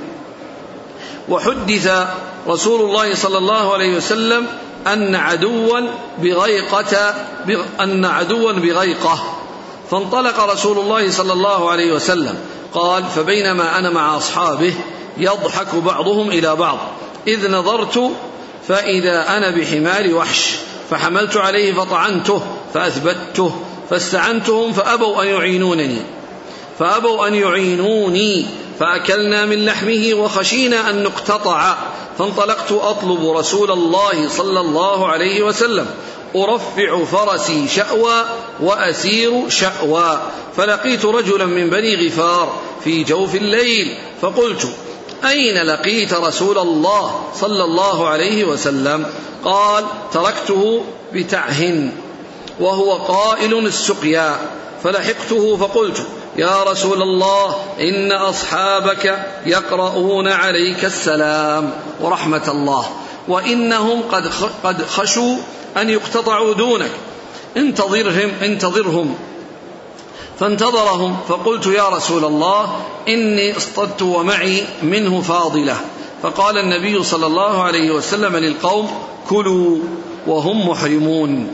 وحدث رسول الله صلى الله عليه وسلم أن عدوا بغيقة أن عدوا بغيقة فانطلق رسول الله صلى الله عليه وسلم قال فبينما أنا مع أصحابه يضحك بعضهم إلى بعض إذ نظرت فإذا أنا بحمار وحش فحملت عليه فطعنته فأثبته فاستعنتهم فأبوا أن يعينونني فأبوا أن يعينوني فأكلنا من لحمه وخشينا أن نقتطع فانطلقت أطلب رسول الله صلى الله عليه وسلم أرفع فرسي شأوى وأسير شأوى فلقيت رجلا من بني غفار في جوف الليل فقلت أين لقيت رسول الله صلى الله عليه وسلم؟ قال تركته بتعهن وهو قائل السقيا فلحقته فقلت يا رسول الله إن أصحابك يقرؤون عليك السلام ورحمة الله وإنهم قد قد خشوا أن يقتطعوا دونك انتظرهم انتظرهم فانتظرهم فقلت يا رسول الله إني اصطدت ومعي منه فاضلة فقال النبي صلى الله عليه وسلم للقوم كلوا وهم محرمون.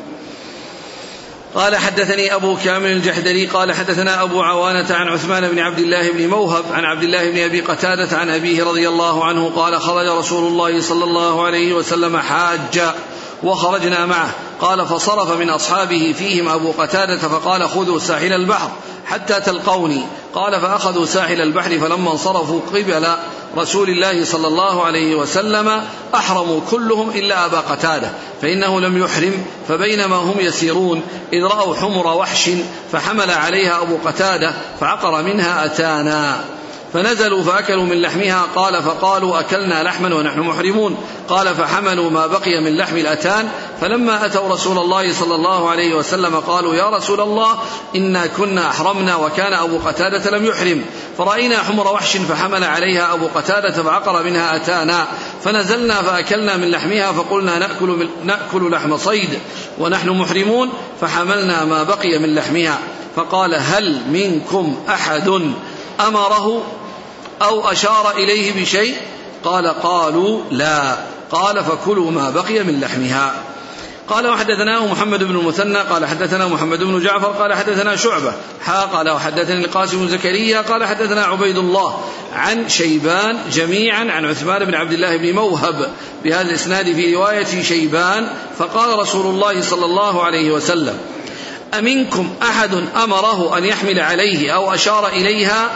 قال حدثني أبو كامل الجحدري قال حدثنا أبو عوانة عن عثمان بن عبد الله بن موهب عن عبد الله بن أبي قتادة عن أبيه رضي الله عنه قال خرج رسول الله صلى الله عليه وسلم حاجا وخرجنا معه قال فصرف من أصحابه فيهم أبو قتادة فقال خذوا ساحل البحر حتى تلقوني قال فأخذوا ساحل البحر فلما انصرفوا قبل رسول الله صلى الله عليه وسلم أحرموا كلهم إلا أبا قتادة فإنه لم يحرم فبينما هم يسيرون إذ رأوا حمر وحش فحمل عليها أبو قتادة فعقر منها أتانا فنزلوا فأكلوا من لحمها قال فقالوا أكلنا لحما ونحن محرمون قال فحملوا ما بقي من لحم الأتان فلما أتوا رسول الله صلى الله عليه وسلم قالوا يا رسول الله إنا كنا أحرمنا وكان أبو قتادة لم يحرم فرأينا حمر وحش فحمل عليها أبو قتادة فعقر منها أتانا فنزلنا فأكلنا من لحمها فقلنا نأكل, نأكل لحم صيد ونحن محرمون فحملنا ما بقي من لحمها فقال هل منكم أحد أمره أو أشار إليه بشيء قال قالوا لا قال فكلوا ما بقي من لحمها. قال وحدثناه محمد بن المثنى قال حدثنا محمد بن جعفر قال حدثنا شعبة حا قال وحدثني القاسم بن زكريا قال حدثنا عبيد الله عن شيبان جميعا عن عثمان بن عبد الله بن موهب بهذا الإسناد في رواية شيبان فقال رسول الله صلى الله عليه وسلم أمنكم أحد أمره أن يحمل عليه أو أشار إليها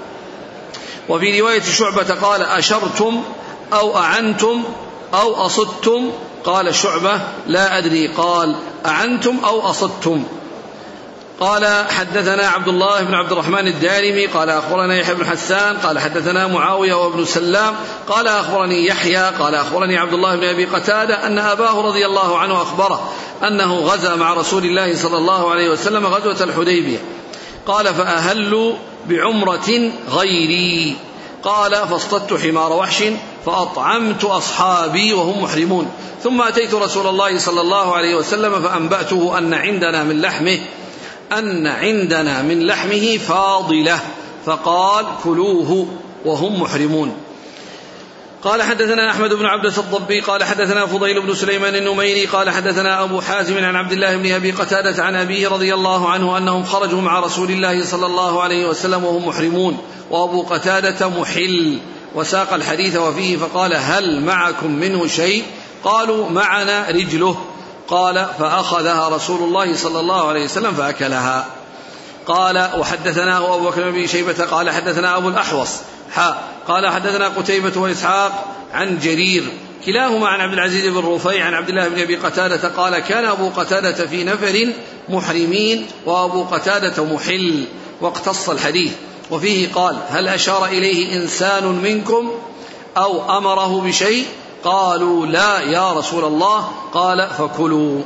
وفي رواية شعبة قال أشرتم أو أعنتم أو أصدتم قال شعبة لا أدري قال أعنتم أو أصدتم. قال حدثنا عبد الله بن عبد الرحمن الدارمي قال أخبرنا يحيى بن حسان قال حدثنا معاوية وابن سلام قال أخبرني يحيى قال أخبرني عبد الله بن أبي قتادة أن أباه رضي الله عنه أخبره أنه غزا مع رسول الله صلى الله عليه وسلم غزوة الحديبية قال فأهلوا بعمرة غيري قال فاصطدت حمار وحش فأطعمت أصحابي وهم محرمون ثم أتيت رسول الله صلى الله عليه وسلم فأنبأته أن عندنا من لحمه أن عندنا من لحمه فاضلة فقال كلوه وهم محرمون. قال حدثنا أحمد بن عبدة الضبي قال حدثنا فضيل بن سليمان النميري قال حدثنا أبو حازم عن عبد الله بن أبي قتادة عن أبيه رضي الله عنه أنهم خرجوا مع رسول الله صلى الله عليه وسلم وهم محرمون وأبو قتادة محل وساق الحديث وفيه فقال هل معكم منه شيء قالوا معنا رجله قال فأخذها رسول الله صلى الله عليه وسلم فأكلها. قال وحدثناه أبو بكر بن شيبة قال حدثنا أبو الأحوص حا قال حدثنا قتيبة وإسحاق عن جرير كلاهما عن عبد العزيز بن رفيع عن عبد الله بن أبي قتادة قال كان أبو قتادة في نفر محرمين وأبو قتادة محل واقتص الحديث وفيه قال هل أشار إليه إنسان منكم أو أمره بشيء قالوا لا يا رسول الله قال فكلوا.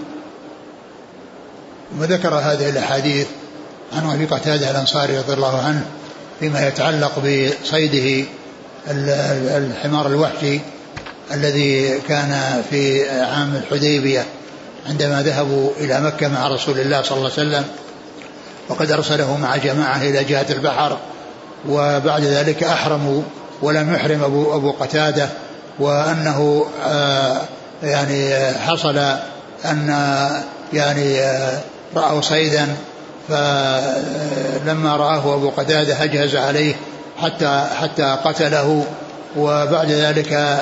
وذكر هذه الأحاديث عن أبي قتادة الأنصاري رضي الله عنه فيما يتعلق بصيده الحمار الوحشي الذي كان في عام الحديبية عندما ذهبوا إلى مكة مع رسول الله صلى الله عليه وسلم وقد أرسله مع جماعة إلى جهة البحر وبعد ذلك أحرموا ولم يحرم أبو, أبو قتادة وأنه آه يعني حصل أن يعني رأوا صيدا فلما رآه أبو قتادة هجهز عليه حتى حتى قتله، وبعد ذلك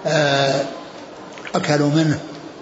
أكلوا منه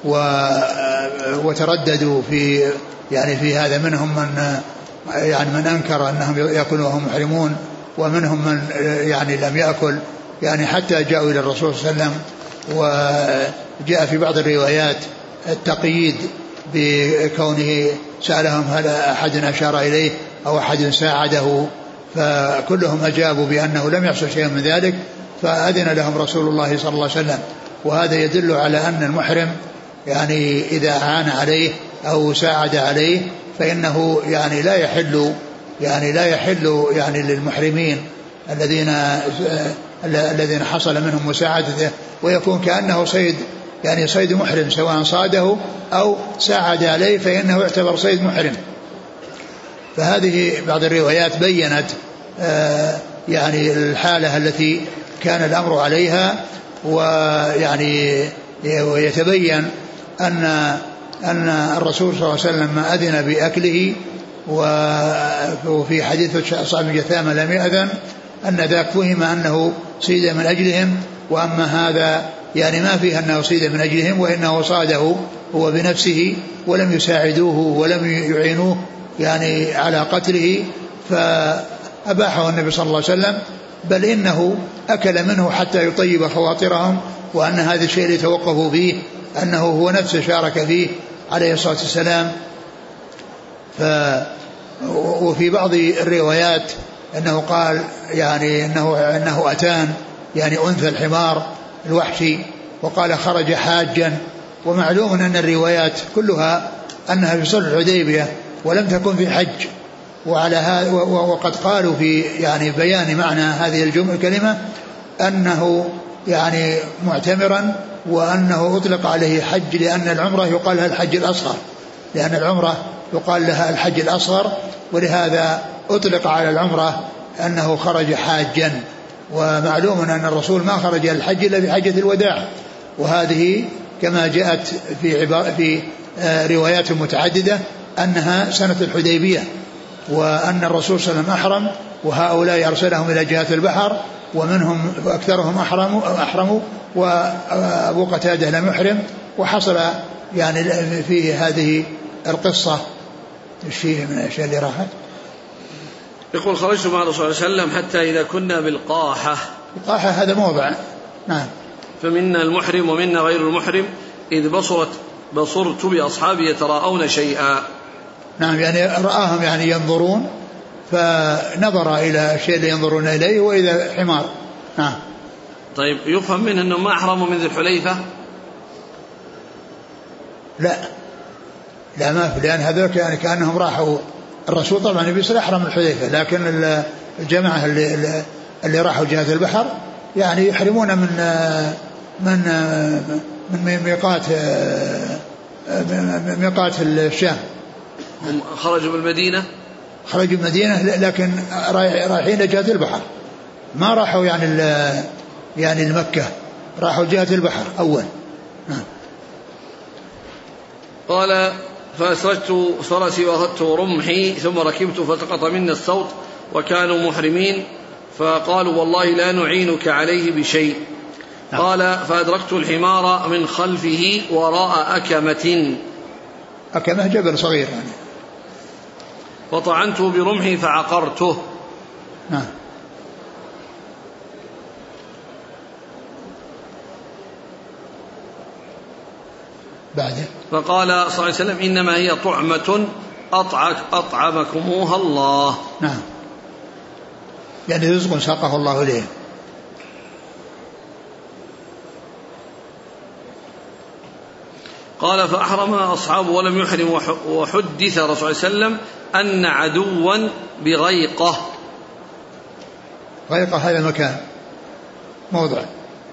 وترددوا في يعني في هذا. منهم من يعني من أنكر أنهم يأكلون وهم محرمون، ومنهم من يعني لم يأكل، يعني حتى جاءوا إلى الرسول صلى الله عليه وسلم. وجاء في بعض الروايات التقييد بكونه سألهم هل أحد أشار إليه أو أحد ساعده، فكلهم أجابوا بأنه لم يحصل شيء من ذلك، فأذن لهم رسول الله صلى الله عليه وسلم. وهذا يدل على أن المحرم يعني إذا أعان عليه أو ساعد عليه فإنه يعني لا يحل يعني لا يحل يعني للمحرمين الذين الذين حصل منهم مساعدته، ويكون كأنه صيد يعني صيد محرم، سواء صاده أو ساعد عليه فإنه يعتبر صيد محرم. فهذه بعض الروايات بيّنت يعني الحالة التي كان الأمر عليها، ويعني ويتبين أن أن الرسول صلى الله عليه وسلم ما أذن بأكله، وفي حديث أصحاب الجثامة لم يأذن، أن ذاك فهم أنه صيد من أجلهم، وأما هذا يعني ما فيه أنه صيد من أجلهم، وإنه صاده هو بنفسه ولم يساعدوه ولم يعينوه يعني على قتله، فأباحه النبي صلى الله عليه وسلم، بل إنه أكل منه حتى يطيب خواطرهم، وأن هذا الشيء اللي توقفوا فيه أنه هو نفسه شارك فيه عليه الصلاة والسلام. ف وفي بعض الروايات أنه قال يعني أنه, أنه أتان يعني أنثى الحمار الوحشي، وقال خرج حاجا. ومعلوم أن الروايات كلها أنها في صلح الحديبية ولم تكن في حج، وعلى هذا وقد قالوا في يعني بيان معنى هذه الجملة الكلمة أنه يعني معتمرا، وأنه أطلق عليه حج لأن العمرة يقال لها الحج الأصغر، لأن العمرة يقال لها الحج الأصغر، ولهذا أطلق على العمرة أنه خرج حاجا. ومعلوم أن الرسول ما خرج الحج إلا بحجة الوداع، وهذه كما جاءت في عبارة في روايات متعددة أنها سنة الحديبية، وأن الرسول صلى الله عليه وسلم أحرم، وهؤلاء أرسلهم إلى جهة البحر، ومنهم أكثرهم أحرموا, أحرموا وأبو قتادة لم يحرم. وحصل يعني فيه هذه القصة الشيء من الأشياء اللي راحت. يقول خرجت مع الرسول صلى الله عليه وسلم حتى إذا كنا بالقاحة. القاحة هذا موضع، نعم. فمنا المحرم ومنا غير المحرم، إذ بصرت بصرت بأصحابي يتراءون شيئا. نعم، يعني رآهم يعني ينظرون، فنظر إلى الشيء اللي ينظرون إليه وإذا حمار. نعم. طيب، يفهم منه أنه ما أحرموا من ذي الحليفة؟ لا لا ما في، لأن هذول يعني كأنهم راحوا، الرسول طبعا النبي صلى الله عليه وسلم أحرم الحليفة، لكن الجماعة اللي, اللي راحوا جهة البحر يعني يحرمون من من من ميقات ميقات الشام. هم خرجوا من المدينة خرجوا من المدينة لكن رايحين لجهة البحر، ما راحوا يعني يعني المكة، راحوا جهة البحر أول. نعم. قال فأسرجت فرسي وأخذت رمحي ثم ركبت فسقط منا الصوت وكانوا محرمين، فقالوا والله لا نعينك عليه بشيء. نعم. قال فأدركت الحمار من خلفه وراء أكمة. أكمة جبل صغير يعني. فطعنته برمحي فعقرته. نعم. بعده فقال صلى الله عليه وسلم إنما هي طعمة أطعمكموها الله. نعم، يعني رزق ساقه الله إليه. قال فأحرم أصحابه ولم يحرم، وحدث رسول الله صلى الله عليه وسلم أن عدوا بغيقة. غيقة هذا مكان موضع.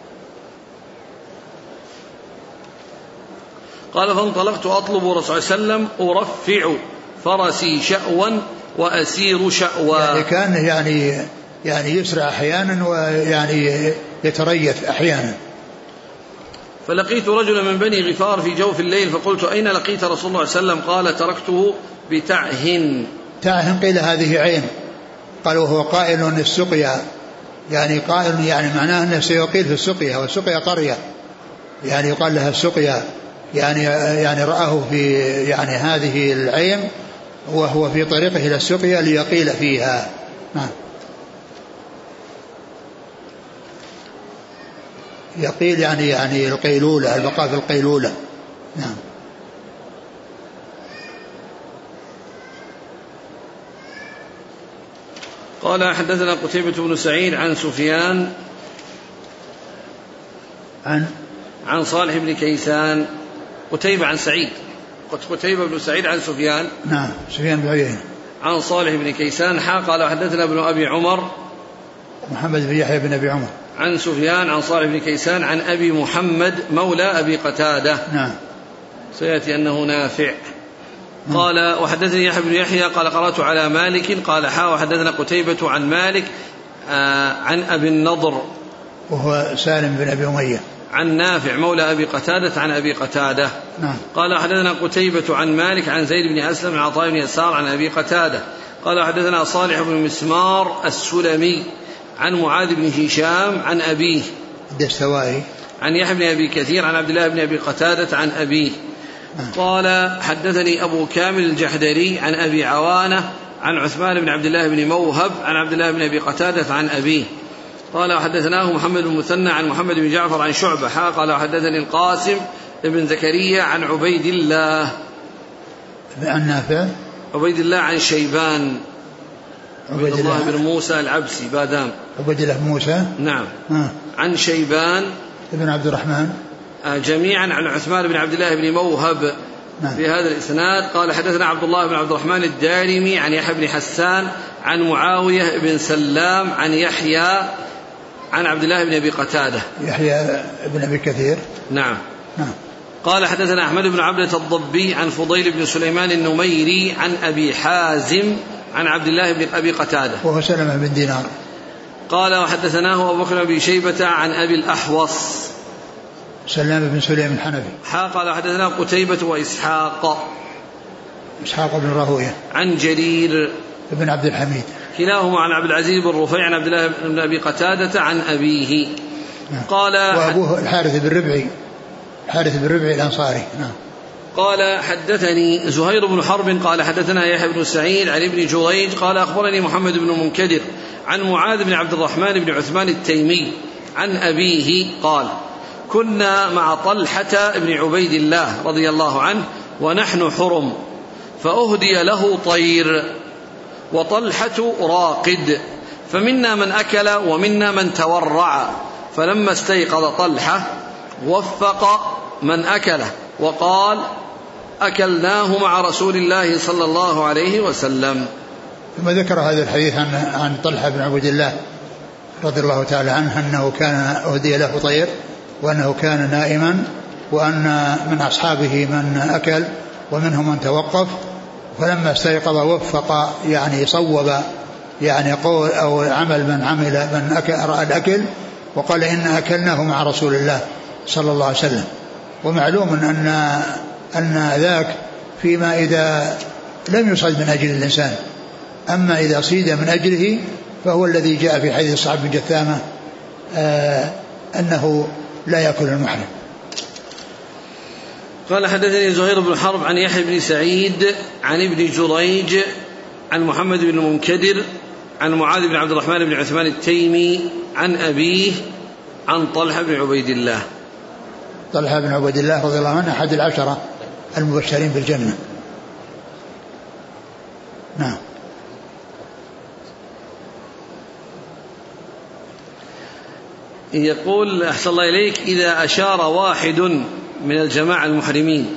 قال فانطلقت أطلب رسول الله صلى الله عليه وسلم أرفع فرسي شأوا وأسير شأوا، يعني كان يعني يعني يسرع أحيانا ويعني يتريث أحيانا. فلقيت رجلا من بني غفار في جوف الليل فقلت أين لقيت رسول الله صلى الله عليه وسلم؟ قال تركته بتعه. تاء قيل هذه عين، قال وهو قائل السقيا، يعني قائل يعني معناه أنه سيقيل في السقيا، والسقيا قرية يعني يقال لها السقيا، يعني يعني رآه في يعني هذه العين وهو في طريقه إلى السقيا ليقيل فيها. نعم. يقيل يعني يعني القيلولة، البقاء في القيلولة. نعم. قال حدثنا قتيبة بن سعيد عن سفيان عن عن صالح بن كيسان. قتيبة عن سعيد، قتيبة بن سعيد عن سفيان. نعم. سفيان بن عيينة عن صالح بن كيسان حا قال حدثنا ابن أبي عمر محمد بن يحيى بن أبي عمر عن سفيان عن صالح بن كيسان عن أبي محمد مولى أبي قتادة. نعم. سيأتي أنه نافع. قال وحدثني يحيى بن يحيى قال قرأت على مالك قال حا وحدثنا قتيبة عن مالك آه عن أبي النضر وهو سالم بن أبي أمية عن نافع مولى أبي قتادة عن أبي قتادة. نعم. قال حدثنا قتيبة عن مالك عن زيد بن أسلم عن عطاء بن يسار عن أبي قتادة قال حدثنا صالح بن مسمار السلمي عن معاذ بن هشام عن أبيه الدستوائي عن يحيى بن أبي كثير عن عبد الله بن أبي قتادة عن أبيه. قال حدثني أبو كامل الجحدري عن أبي عوانة عن عثمان بن عبد الله بن موهب عن عبد الله بن أبي قتادة عن أبيه. قال حدثناه محمد بن مثنى عن محمد بن جعفر عن شعبة قال حدثني القاسم بن زكريا عن عبيد الله عن نافع عبيد الله عن شيبان عبيد الله بن موسى العبسي بادام عبيد الله بن موسى. نعم. آه. عن شيبان بن عبد الرحمن جميعا عن عثمان بن عبد الله بن موهب. نعم. في هذا الإسناد قال حدثنا عبد الله بن عبد الرحمن الدارمي عن يحيى بن حسان عن معاوية بن سلام عن يحيى عن عبد الله بن أبي قتادة يحيى بن أبي كثير. نعم. نعم. قال حدثنا أحمد بن عبدة الضبي عن فضيل بن سليمان النميري عن أبي حازم عن عبد الله بن أبي قتادة وهو سلمة بن دينار. قال وحدثناه أبو بكر بن شيبة عن أبي الأحوص سلام بن سليم الحنفي. حا قال حدثنا قتيبة وإسحاق إسحاق بن راهوية عن جرير بن عبد الحميد كلاهما عن عبد العزيز بن رفيع عن عبد الله بن أبي قتادة عن أبيه. نعم. قال وأبوه الحارث بن ربعي الحارث بن ربعي الأنصاري. نعم. قال حدثني زهير بن حرب قال حدثنا يحيى بن سعيد عن ابن جريج قال أخبرني محمد بن منكدر عن معاذ بن عبد الرحمن بن عثمان التيمي عن أبيه قال كنا مع طلحة بن عبيد الله رضي الله عنه ونحن حرم فأهدي له طير وطلحة راقد فمنا من أكل ومنا من تورع فلما استيقظ طلحة وفق من أكله وقال أكلناه مع رسول الله صلى الله عليه وسلم. ثم ذكر هذا الحديث عن عن طلحة بن عبيد الله رضي الله تعالى عنه أنه كان أهدي له طير وأنه كان نائما وأن من أصحابه من أكل ومنهم من توقف فلما استيقظ وفق يعني صوب يعني قول أو عمل من عمل من أكل رأى الأكل وقال إن أكلناه مع رسول الله صلى الله عليه وسلم. ومعلوم أن أن ذاك فيما إذا لم يصد من أجل الإنسان، أما إذا صيد من أجله فهو الذي جاء في حديث الصعب بن جثامة آه أنه لا يأكل المحرم. قال حدثني زهير بن حرب عن يحيى بن سعيد عن ابن جريج عن محمد بن منكدر عن معاذ بن عبد الرحمن بن عثمان التيمي عن أبيه عن طلحة بن عبيد الله. طلحة بن عبيد الله رضي الله عنه أحد العشرة المبشرين بالجنة. نعم. يقول أحسن الله إليك إذا أشار واحد من الجماعة المحرمين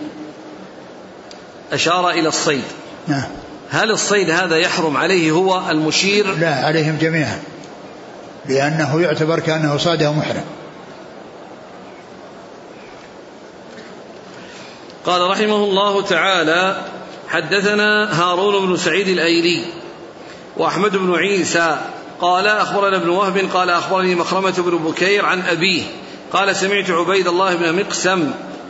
أشار إلى الصيد نعم. هل الصيد هذا يحرم عليه هو المشير؟ لا، عليهم جميعا لأنه يعتبر كأنه صاده محرم. قال رحمه الله تعالى حدثنا هارون بن سعيد الأيلي وأحمد بن عيسى قال أخبرنا ابن وهب قال أخبرني مخرمة بن بكير عن أبيه قال سمعت عبيد الله بن مقسم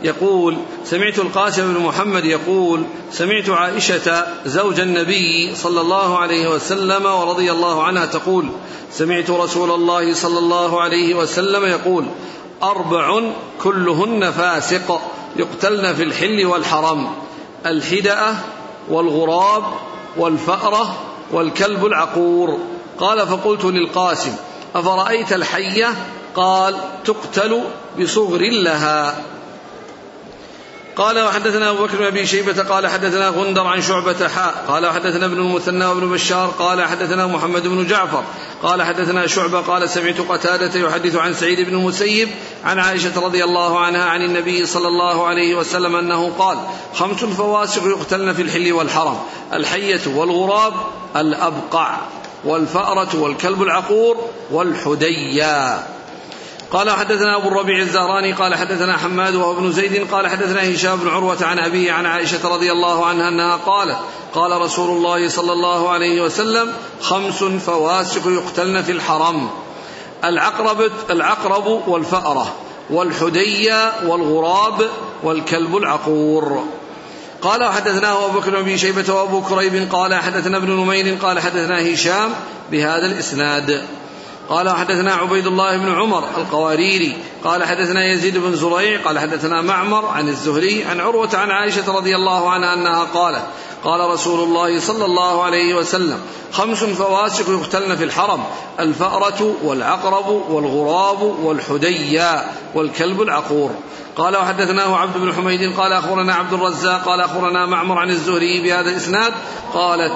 يقول سمعت القاسم بن محمد يقول سمعت عائشة زوج النبي صلى الله عليه وسلم ورضي الله عنها تقول سمعت رسول الله صلى الله عليه وسلم يقول أربع كلهن فاسق يقتلن في الحل والحرم: الحدأة والغراب والفأرة والكلب العقور. قال فقلت للقاسم أفرأيت الحية؟ قال تقتل بصغر لها. قال وحدثنا أبو بكر بن أبي شيبة قال حدثنا غندر عن شعبة حاء قال حدثنا ابن المثنى وابن بشار قال حدثنا محمد بن جعفر قال حدثنا شعبة قال سمعت قتادة يحدث عن سعيد بن المسيب عن عائشة رضي الله عنها عن النبي صلى الله عليه وسلم أنه قال خمس فواسق يقتلن في الحل والحرم: الحية والغراب الأبقع والفأرة والكلب العقور والحديا. قال حدثنا أبو الربيع الزهراني قال حدثنا حماد وهو ابن زيد قال حدثنا هشام بن عروة عن أبيه عن عائشة رضي الله عنها أنها قالت قال رسول الله صلى الله عليه وسلم خمس فواسق يقتلن في الحرم: العقرب, العقرب والفأرة والحديا والغراب والكلب العقور. قال حدثناه أبو بكر بن شيبة وأبو كريب قال حدثنا ابن نمير قال حدثنا هشام بهذا الإسناد. قال حدثنا عبيد الله بن عمر القواريري قال حدثنا يزيد بن زريع قال حدثنا معمر عن الزهري عن عروة عن عائشة رضي الله عنها أنها قالت قال رسول الله صلى الله عليه وسلم خمس فواسق يقتلن في الحرم: الفأرة والعقرب والغراب والحديا والكلب العقور. قال وحدثناه عبد بن حميد قال أخبرنا عبد الرزاق قال أخبرنا معمر عن الزهري بهذا الإسناد. قالت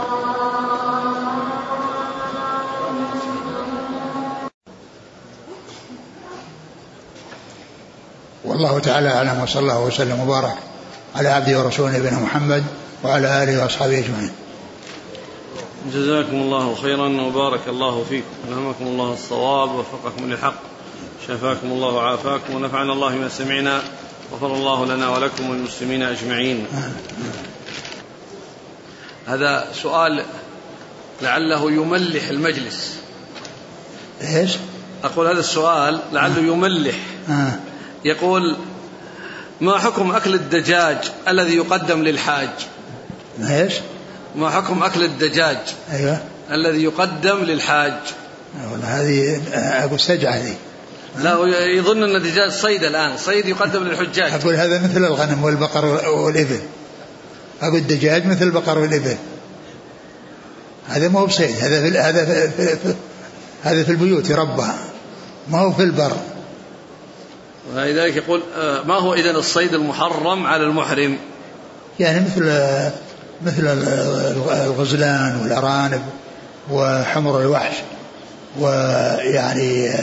والله تعالى أعلم وصلى الله وسلم وبارك على عبده ورسوله نبينا محمد وعلى آله وأصحابه أجمعين. جزاكم الله خيرا وبارك الله فيكم، ألهمكم الله الصواب ووفقكم للحق، شفاكم الله وعافاكم، ونفعنا الله ما سمعنا، غفر الله لنا ولكم والمسلمين أجمعين. هذا سؤال لعله يملح المجلس. إيش؟ أقول هذا السؤال لعله يملح. آه. يقول ما حكم أكل الدجاج الذي يقدم للحاج؟ إيش؟ ما حكم أكل الدجاج أيوة الذي يقدم للحاج؟ والله هذه أبو سجعة هذه. لا، يظن أن الدجاج صيد الآن، صيد يقدم للحجاج. أقول هذا مثل الغنم والبقر والإبل. أقول الدجاج مثل البقر والإبل، هذا ما هو بصيد، هذا في هذا في في في هذا في البيوت يربى، ما هو في البر. ولذلك يقول ما هو إذن الصيد المحرم على المحرم؟ يعني مثل مثل الغزلان والأرانب وحمر الوحش ويعني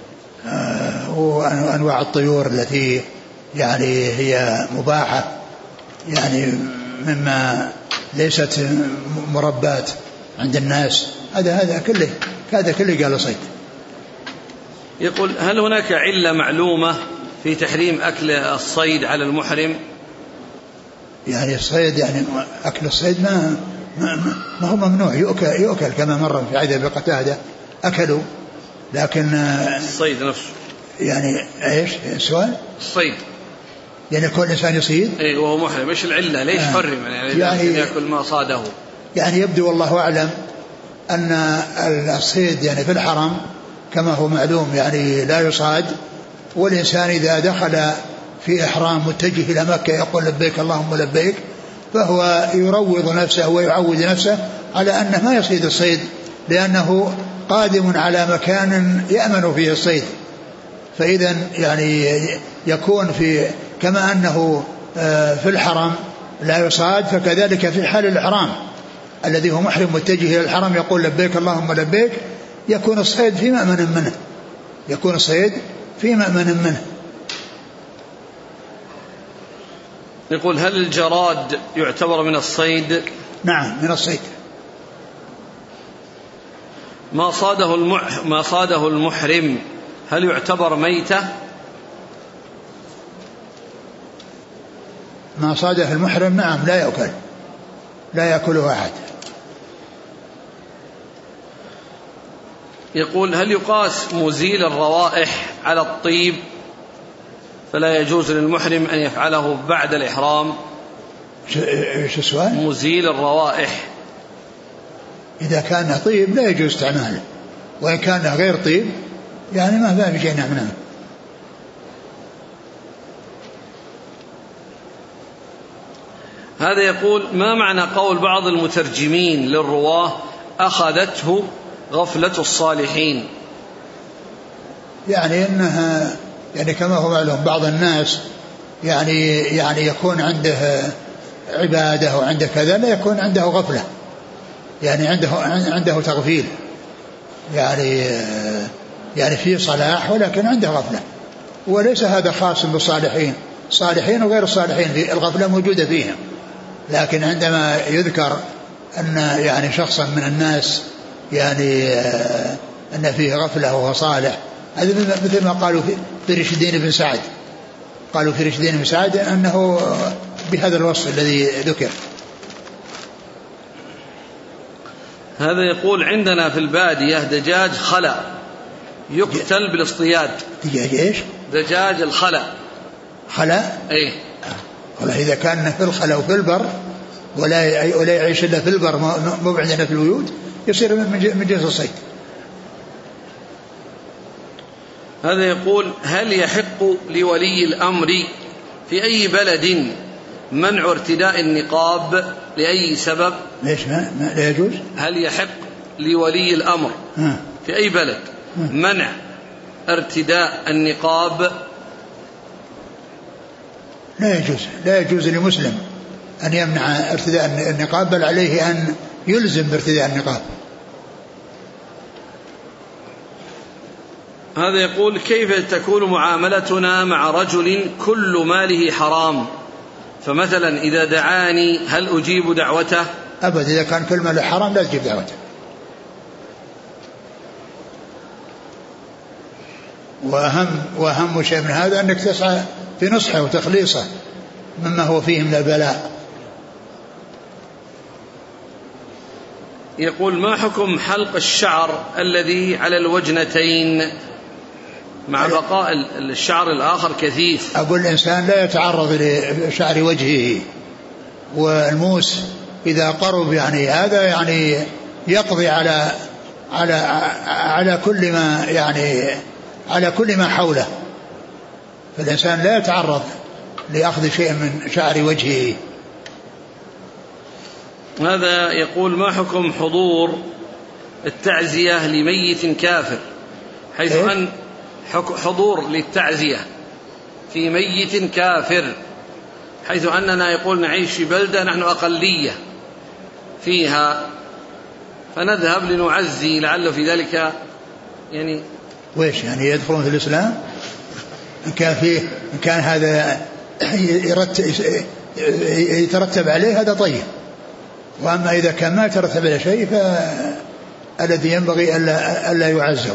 وأنواع الطيور التي يعني هي مباحة، يعني مما ليست مربات عند الناس، هذا هذا كله هذا كله قال صيد. يقول هل هناك علة معلومة في تحريم أكل الصيد على المحرم؟ يعني الصيد يعني أكل الصيد ما ما, ما هو ممنوع، يؤكل, يؤكل كما مر في عيد بقتادة أكلوا، لكن الصيد نفسه يعني إيش السؤال؟ الصيد يعني كل إنسان يصيد إيه وهو محرم، إيش العلة ليش آه. حرم يعني, يعني يأكل ما صاده؟ يعني يبدو والله أعلم أن الصيد يعني في الحرم كما هو معلوم يعني لا يصاد، والإنسان إذا دخل في إحرام متجه إلى مكة يقول لبيك اللهم لبيك، فهو يروض نفسه ويعود نفسه على أنه ما يصيد الصيد، لأنه قادم على مكان يأمن فيه الصيد. فإذا يعني يكون في كما أنه في الحرم لا يصاد، فكذلك في حال الإحرام الذي هو محرم متجه إلى الحرم يقول لبيك اللهم لبيك، يكون الصيد في مأمن منه، يكون الصيد في مأمن منه. يقول هل الجراد يعتبر من الصيد؟ نعم من الصيد. ما صاده المح ما صاده المحرم هل يعتبر ميتة؟ ما صاده المحرم نعم لا يأكل، لا يأكله أحد. يقول هل يقاس مزيل الروائح على الطيب؟ فلا يجوز للمحرم أن يفعله بعد الإحرام. ايش السؤال؟ مزيل الروائح. إذا كان طيب لا يجوز استعماله، وإن كان غير طيب يعني ما ما بيجي نعمله. هذا يقول: ما معنى قول بعض المترجمين للرواه أخذته غفلة الصالحين؟ يعني إنها يعني كما هو معلوم بعض الناس يعني يعني يكون عنده عبادة وعنده كذا لا يكون عنده غفلة، يعني عنده عنده تغفيل، يعني يعني في صلاح ولكن عنده غفلة، وليس هذا خاص بالصالحين، صالحين وغير الصالحين في الغفلة موجودة فيهم، لكن عندما يذكر أن يعني شخصا من الناس يعني أن فيه غفلة وهو صالح، هذا مثل ما قالوا في رشدين بن سعد، قالوا في رشدين بن سعد أنه بهذا الوصف الذي ذكر. هذا يقول: عندنا في البادية دجاج خلأ يقتل بالاصطياد. دجاج ايش؟ دجاج الخلأ. خلأ؟ ايه. والله إذا كان في الخلأ وفي البر ولا ولا يعيش إلا في البر مو عندنا في الويود يصير من جنس الصيد. هذا يقول: هل يحق لولي الأمر في أي بلد منع ارتداء النقاب لأي سبب؟ ليش ما, ما لا يجوز؟ هل يحق لولي الأمر ها. في أي بلد ها. منع ارتداء النقاب؟ لا يجوز، لا يجوز لمسلم أن يمنع ارتداء النقاب، بل عليه أن يلزم بارتداء النقاب. هذا يقول: كيف تكون معاملتنا مع رجل كل ماله حرام؟ فمثلا إذا دعاني هل أجيب دعوته؟ أبدا، إذا كان كل ماله حرام لا تجيب دعوته. وأهم, وأهم شيء من هذا أنك تسعى في نصحه وتخليصه مما هو فيه من البلاء. يقول: ما حكم حلق الشعر الذي على الوجنتين مع بقاء الشعر الآخر كثيف؟ أقول الإنسان لا يتعرض لشعر وجهه، والموس إذا قرب يعني هذا يعني يقضي على على على كل ما يعني على كل ما حوله، فالإنسان لا يتعرض لأخذ شيء من شعر وجهه. هذا يقول: ما حكم حضور التعزية لميت كافر، حيث إيه؟ أن حضور للتعزية في ميت كافر، حيث أننا يقول نعيش في بلدة نحن أقلية فيها، فنذهب لنعزي لعل في ذلك يعني ويش يعني يدخلون في الإسلام إن كان فيه إن كان هذا يترتب عليه هذا طيب، وأما إذا كان ما يترتب على شيء فالذي ينبغي ألا, ألا يعزوا.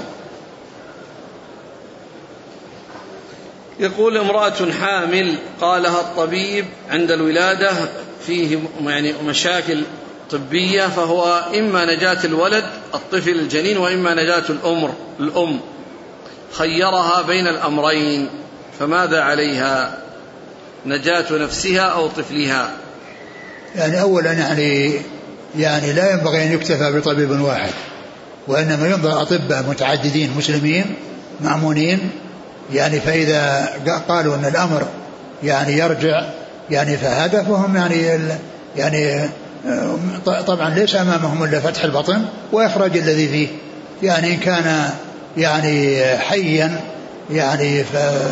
يقول: امرأة حامل قالها الطبيب عند الولادة فيه يعني مشاكل طبية، فهو إما نجاة الولد الطفل الجنين وإما نجاة الأم الأم خيرها بين الأمرين، فماذا عليها؟ نجاة نفسها أو طفلها؟ يعني أولا يعني يعني لا ينبغي أن يكتفى بطبيب واحد، وإنما ينظر أطباء متعددين مسلمين مأمونين، يعني فإذا قالوا أن الأمر يعني يرجع يعني فهذا فهم يعني يعني طبعا ليس أمامهم إلا فتح البطن وإخراج الذي فيه، يعني إن كان يعني حيا يعني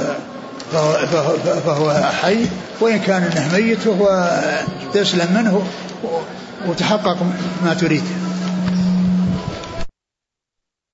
فهو حي، وإن كان انه ميت فهو تسلم منه وتحقق ما تريد.